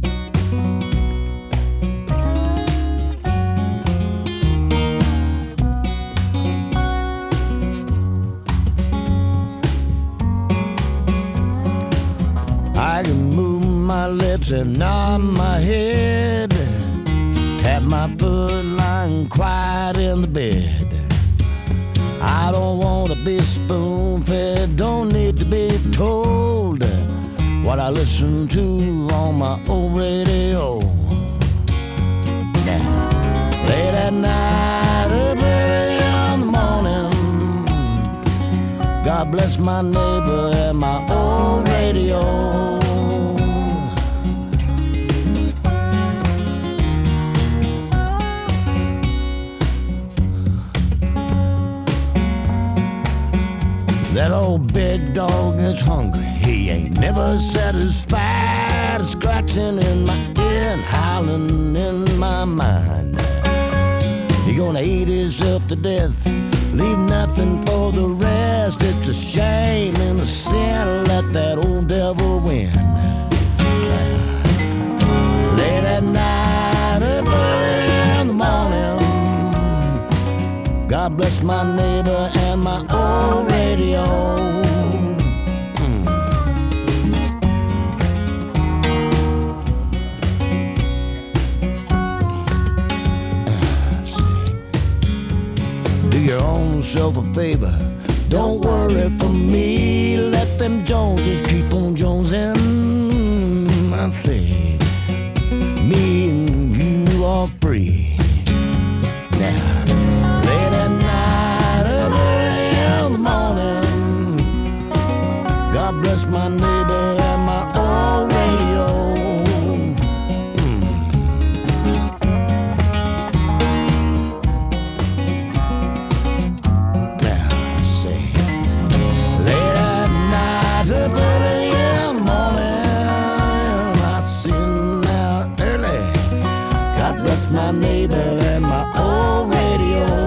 I can move my lips and nod my head, tap my foot lying quiet in the bed. I don't want to be spoon-fed, don't need to be told what I listen to on my old radio. Now, late at night, up early in the morning, God bless my neighbor and my old radio. That old big dog is hungry, he ain't never satisfied, scratching in my ear and howling in my mind. He gonna eat himself to death, leave nothing for the rest. It's a shame and a sin, let that old devil win. Late at night, up early in the morning, God bless my neighbor and my old radio. Do your own self a favor, don't worry for me. Let them Joneses keep on jonesing. I say, me and you are free. Now, late at night, up early in the morning, God bless my neighbor and my old radio. Now, I say, late at night, up early in the morning, I sing out early, God bless my neighbor and my old radio.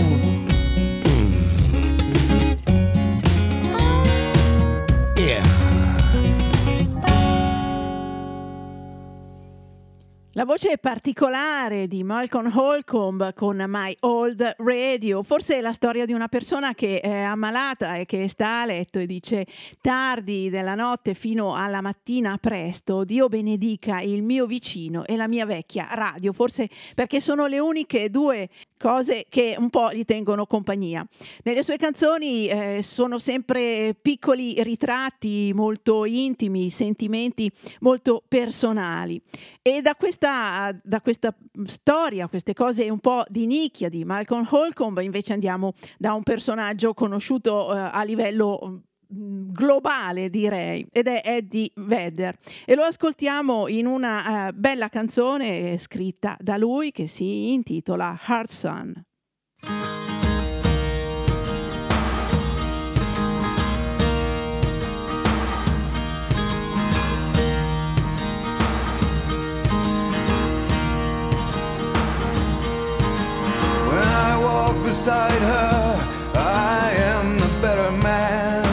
La voce particolare di Malcolm Holcomb con My Old Radio, forse è la storia di una persona che è ammalata e che sta a letto e dice tardi della notte fino alla mattina presto, Dio benedica il mio vicino e la mia vecchia radio, forse perché sono le uniche due cose che un po' gli tengono compagnia. Nelle sue canzoni sono sempre piccoli ritratti molto intimi, sentimenti molto personali, e da questa storia, queste cose un po' di nicchia di Malcolm Holcomb, invece andiamo da un personaggio conosciuto a livello globale, direi, ed è Eddie Vedder, e lo ascoltiamo in una bella canzone scritta da lui che si intitola Hard Sun. beside her, I am the better man.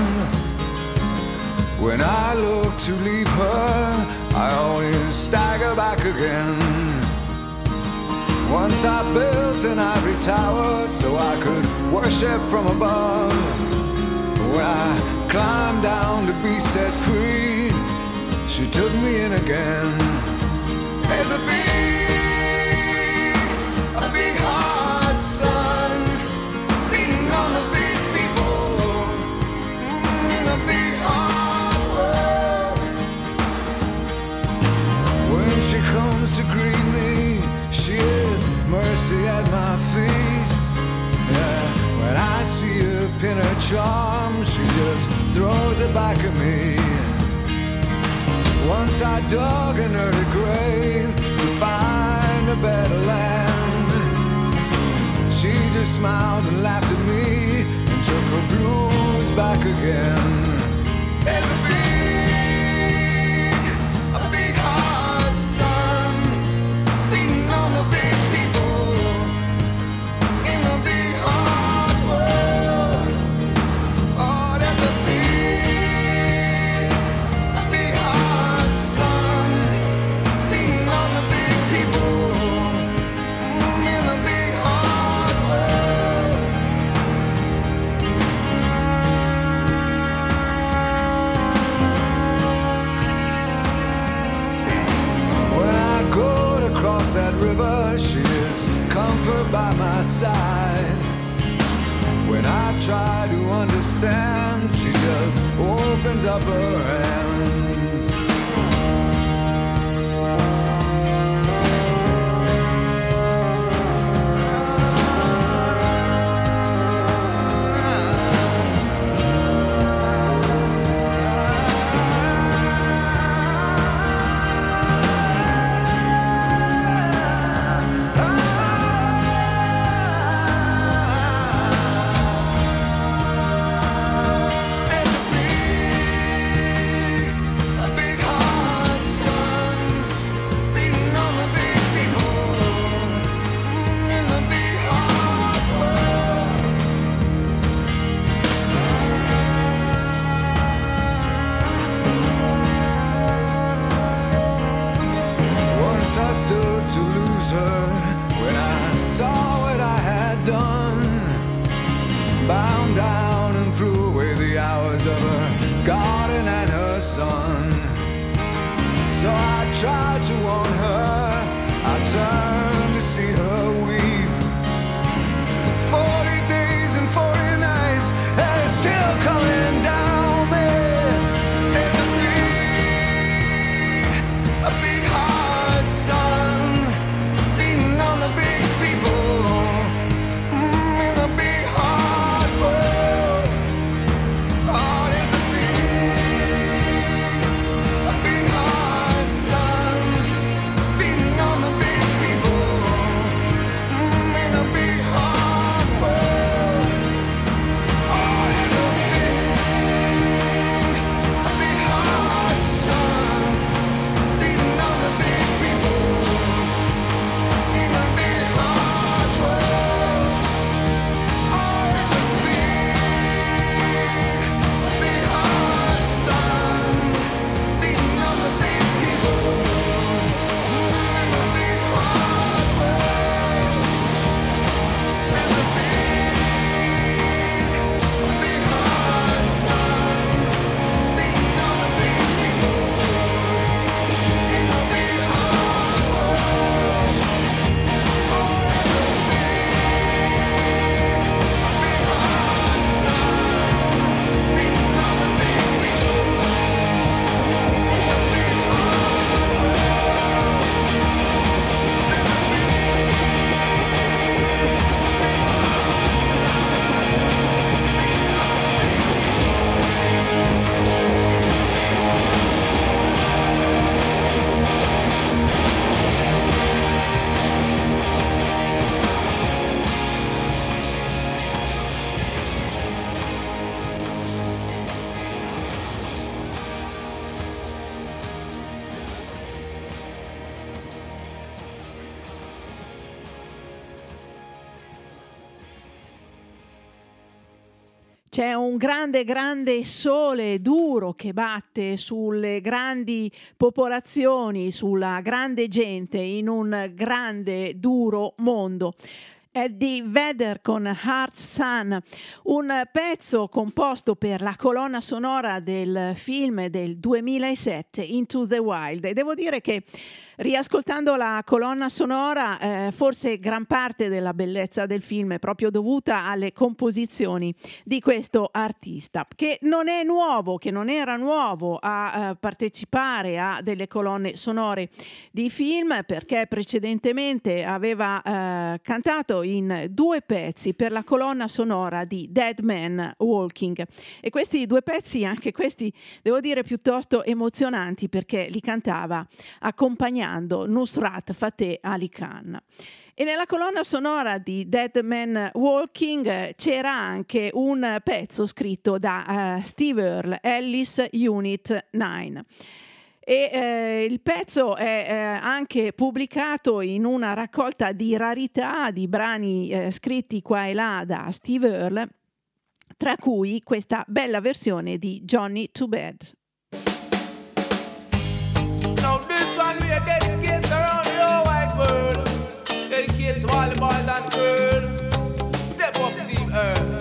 When I look to leave her, I always stagger back again. Once I built an ivory tower so I could worship from above. When I climbed down to be set free, she took me in again. There's a big hard sun beating on the big people in the big hard world. When she comes to greet me, she is mercy at my feet. Yeah, when I see her pin her charm, she just throws it back at me. Once I dug an early grave to find a better land. She just smiled and laughed at me and took her blues back again. There's a big hard sun beating on the big people in the big hard world. Oh, there's a big hard sun beating on the big people in the big hard world. When I go to cross that river, she is comfort by my side. When I try to understand, she just opens up her hands. I stood to lose her when I saw what I had done. Bound down and flew away the hours of her garden and her son. So I tried to warn her, I turned to see her weep. 40 days and 40 nights, and it's still coming down me. There's a big hard sun beating on the big people in the big hard world. Oh, there's a big hard sun beating on the big people C'è un grande sole duro che batte sulle grandi popolazioni, sulla grande gente in un grande duro mondo. Eddie Vedder con Heart Sun, un pezzo composto per la colonna sonora del film del 2007 Into the Wild, e devo dire che riascoltando la colonna sonora forse gran parte della bellezza del film è proprio dovuta alle composizioni di questo artista, che non è nuovo, che non era nuovo a partecipare a delle colonne sonore di film, perché precedentemente aveva cantato in 2 pezzi per la colonna sonora di Dead Man Walking, e questi 2 pezzi, anche questi devo dire piuttosto emozionanti, perché li cantava accompagnando Nusrat Fateh Ali Khan. E nella colonna sonora di Dead Man Walking c'era anche un pezzo scritto da Steve Earle, Ellis Unit 9. E il pezzo è anche pubblicato in una raccolta di rarità di brani scritti qua e là da Steve Earle, tra cui questa bella versione di Johnny Too Bad. Now this one we dedicate around the whole wide world. Dedicate to all the boys and girls. Step up, Steve Earle.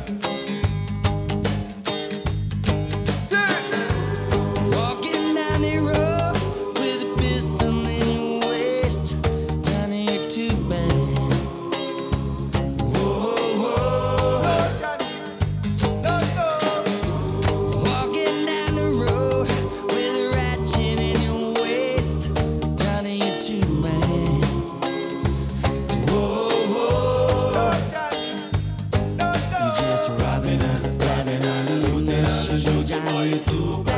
Walking down the road with a pistol in your waist, Johnny, you're too bad. Whoa, whoa. Walking down the road with a ratchet in your waist, Johnny, you're too bad. Whoa, whoa. You just robbing us, stabbing on the loot, Johnny, you're too bad.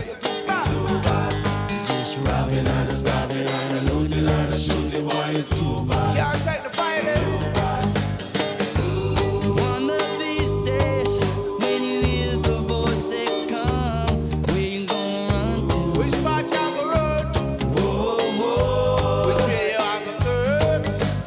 Just robbing and stabbing and looting and shooting, boy, you're too bad. Can't take the fighting. One of these days, when you hear the voice say come, where you gonna run to? Which part you on the road? Whoa, whoa. Which way you on the third?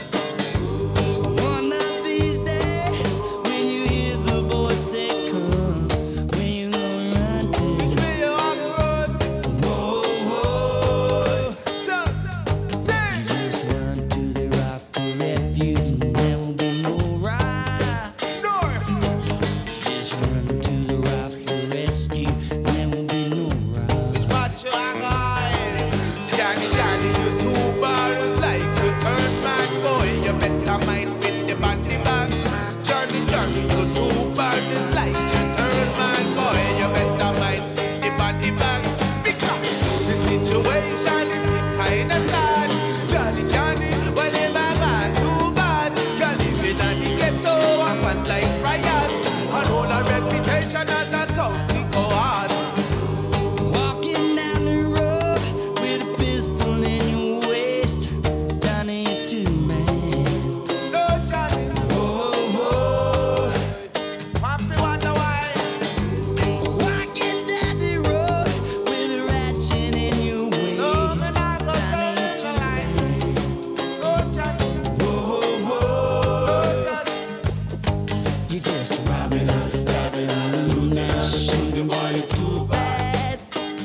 One of these days, when you hear the voice say come, where you gonna run to? Which way you on the road? Whoa, whoa. Say. You just run to the rock for refuge, and there will be no rock. Just run to the rock for rescue, and there will be no rock. What you are going? Johnny, Johnny, you too bad. It's like you turn back, boy. You better mind with the body back. Johnny, Johnny, you too bad. It's like you turn back, boy. You better mind with the body back. Because the situation is kinda sad. Johnny, Johnny, well, you got too bad. Girl, living in the ghetto, and one like riots. And all our reputation as a county co-op. Walking down the road with a pistol in your waist, Johnny, you're too mad. No, Johnny. Whoa, whoa. Happy wonder why. Walking down the road with a ratchet in your waist, No, me not go Johnny, you're too tell the lie. mad. No, Johnny. Whoa, No, whoa. Johnny. You just robbing us, stabbing and looting and shooting, boy, you're too bad.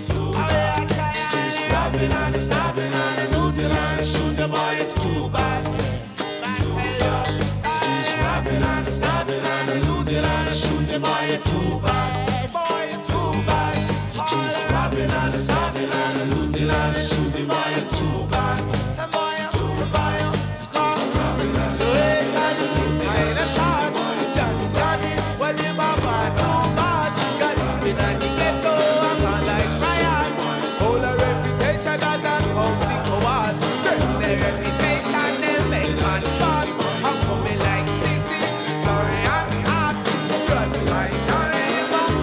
Just robbing and stabbing and looting and shooting, boy, you're too bad. Just robbing and stabbing and looting and shooting, boy, you're too bad. Boy, you too bad. Just robbing and stabbing and looting and shooting, boy, you're too bad. And boy, you too bad. Just robbing and stabbing and looting and shooting, boy, you're too bad. Johnny, well, you are bad, too bad. Girl, living in the ghetto, I can't like Ryan. Hold a reputation as a county co-op. Their reputation, they'll make man fun. I'm coming like Sissy. Sorry, I'm hot. Girl, my Johnny, my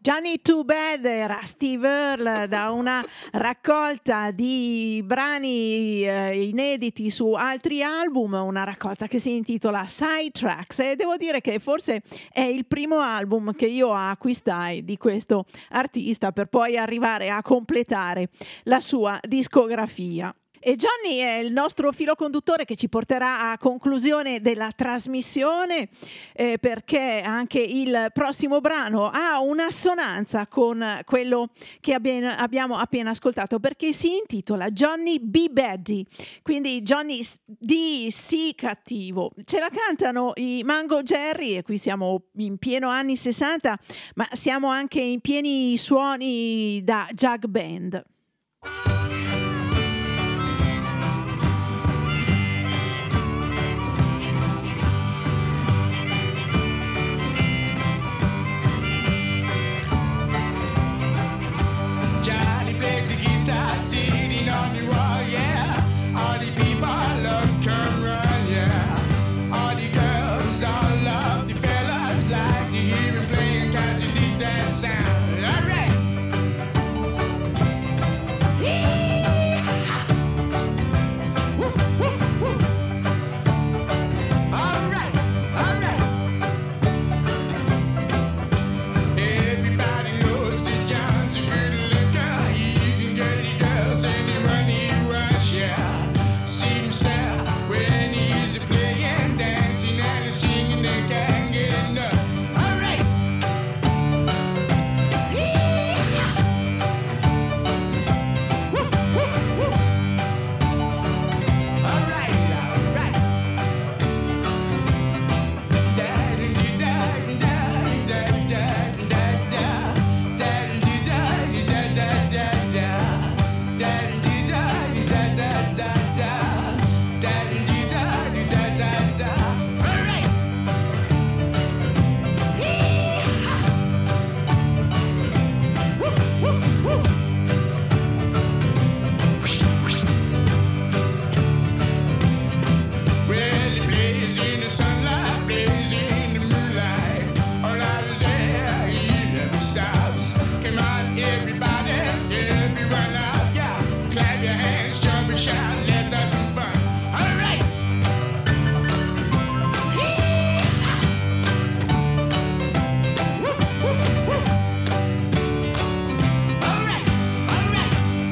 Johnny Too Bad era Steve Earle da una raccolta di brani inediti su altri album, una raccolta che si intitola Sidetracks, e devo dire che forse è il primo album che io acquistai di questo artista per poi arrivare a completare la sua discografia. E Johnny è il nostro filo conduttore che ci porterà a conclusione della trasmissione, perché anche il prossimo brano ha un'assonanza con quello che abbiamo appena ascoltato, perché si intitola Johnny B. Baddy, quindi Johnny D. sì cattivo. Ce la cantano i Mango Jerry, e qui siamo in pieno anni 60, ma siamo anche in pieni suoni da jug band. Sitting on the wall, yeah. All the people love come run, yeah. All the girls all love the fellas, like to hear him playing 'cause he did that sound. All right. Woo, woo, woo. All right, all right. Everybody knows that John's a good looker. He can get it. And he run, yeah. See him stare when he's playing, dancing and singing, they can't get enough. All right. Woo, woo, woo. All right, all right. Stops. Come on, everybody, everyone out, yeah. Clap your hands, jump and shout, let's have some fun. All right. Woo, woo, woo. All right, all right.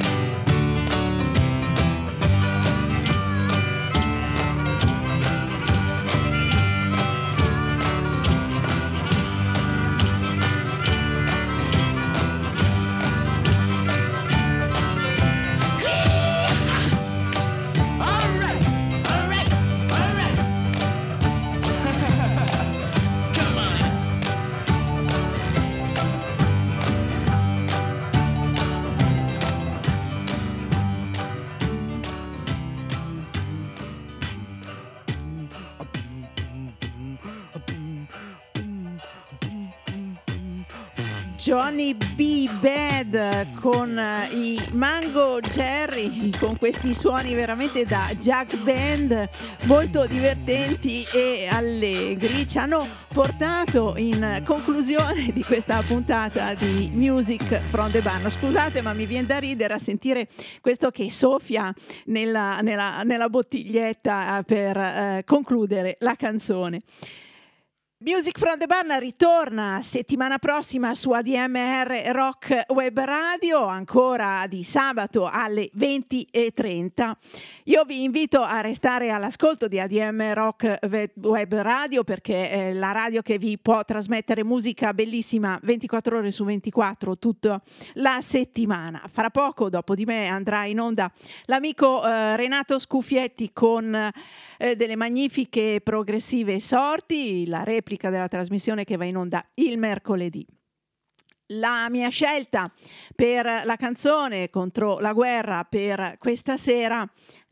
Johnny B. Bad con i Mango Jerry, con questi suoni veramente da jug band molto divertenti e allegri, ci hanno portato in conclusione di questa puntata di Music from the Barn. Scusate, ma mi viene da ridere a sentire questo che soffia nella bottiglietta per concludere la canzone. Music from the Barn ritorna settimana prossima su ADMR Rock Web Radio, ancora di sabato alle 20:30. Io vi invito a restare all'ascolto di ADMR Rock Web Radio, perché è la radio che vi può trasmettere musica bellissima 24 ore su 24 tutta la settimana. Fra poco, dopo di me, andrà in onda l'amico Renato Scuffietti con delle magnifiche progressive sorti, la replica della trasmissione che va in onda il mercoledì. La mia scelta per la canzone contro la guerra per questa sera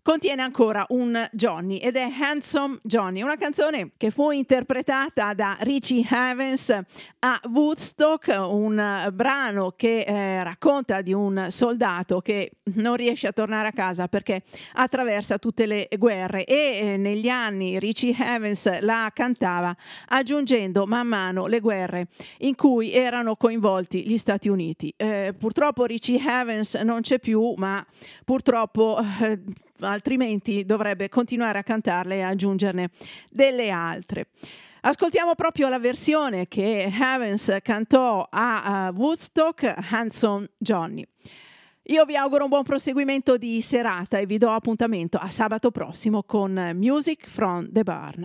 contiene ancora un Johnny ed è Handsome Johnny, una canzone che fu interpretata da Richie Havens a Woodstock, un brano che racconta di un soldato che non riesce a tornare a casa perché attraversa tutte le guerre e negli anni Richie Havens la cantava aggiungendo man mano le guerre in cui erano coinvolti gli Stati Uniti. Purtroppo Richie Havens non c'è più, ma purtroppo altrimenti dovrebbe continuare a cantarle e aggiungerne delle altre. Ascoltiamo proprio la versione che Havens cantò a Woodstock, Handsome Johnny. Io vi auguro un buon proseguimento di serata e vi do appuntamento a sabato prossimo con Music from the Barn.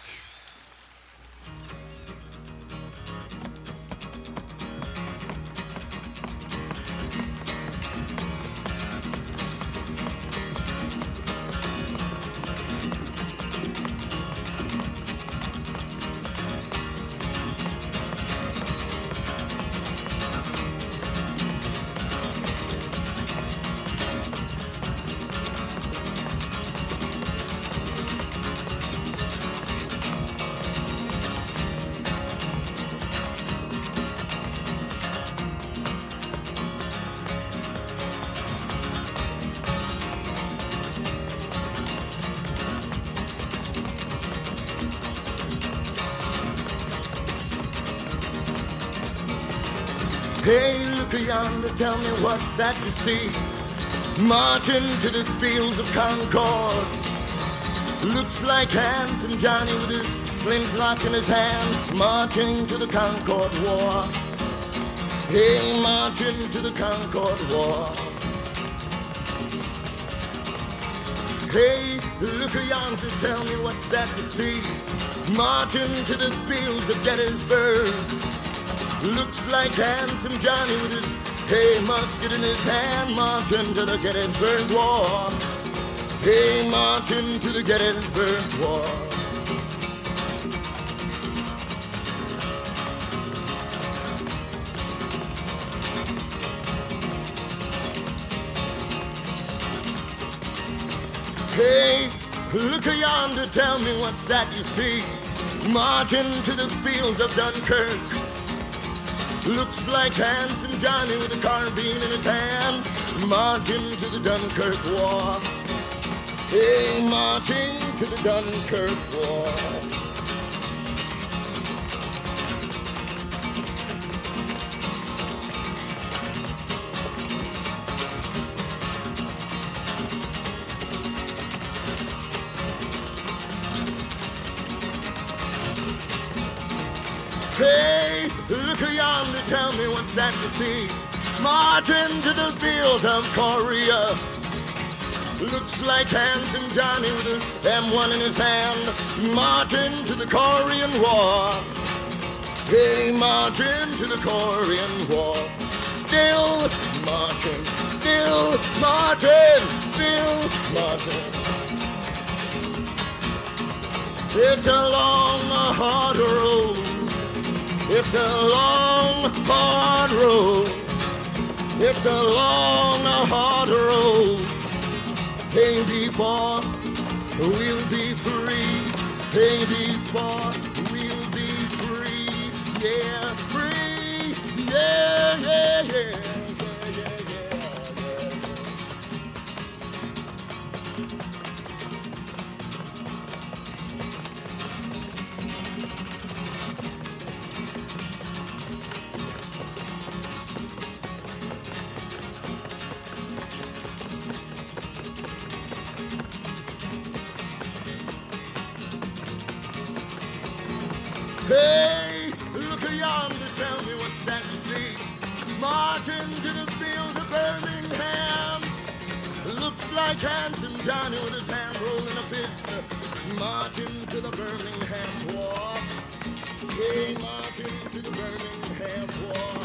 Hey, look yonder, tell me what's that you see? Marching to the fields of Concord. Looks like Handsome Johnny with his flintlock in his hand, marching to the Concord War. Hey, marching to the Concord War. Hey, look yonder, tell me what's that you see? Marching to the fields of Gettysburg. Looks like Handsome Johnny with his hay musket in his hand, marching to the Gettysburg War. Hey, marching to the Gettysburg War. Hey, look yonder, tell me what's that you see? Marching to the fields of Dunkirk. Looks like Handsome Johnny with a carbine in his hand, marching to the Dunkirk War. Hey, marching to the Dunkirk War. Hey, look yonder, tell me what's that you see? Marching to the field of Korea. Looks like Handsome Johnny with an M1 in his hand, marching to the Korean War. Hey, marching to the Korean War. Still marching, still marching, still marching. It's a long, hard road. It's a long, hard road. It's a long, hard road. Hey, before we'll be free. Hey, before we'll be free. Yeah, free. Yeah, yeah, yeah. Hey, look yonder, tell me what's that you see? Marching to the field of Birmingham. Looks like Handsome Johnny with his hand rolling a fist, marching to the Birmingham War. Hey, marching to the Birmingham War.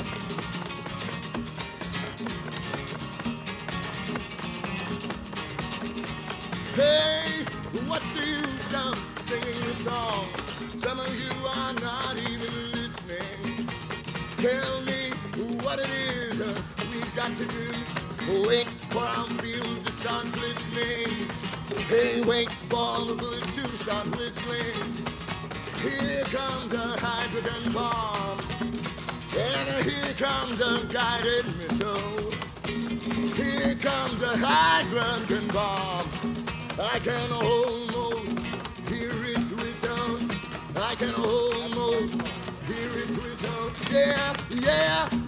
Hey, what do you done singing your song? Some of you are not even listening. Tell me what it is we've got to do. Wait for our fields to start listening. Hey, wait for the bullets to start whistling. Here comes a hydrogen bomb. And here comes a guided missile. Here comes a hydrogen bomb. I can almost hear it whistle. I can almost hear it whistle. Yeah, yeah.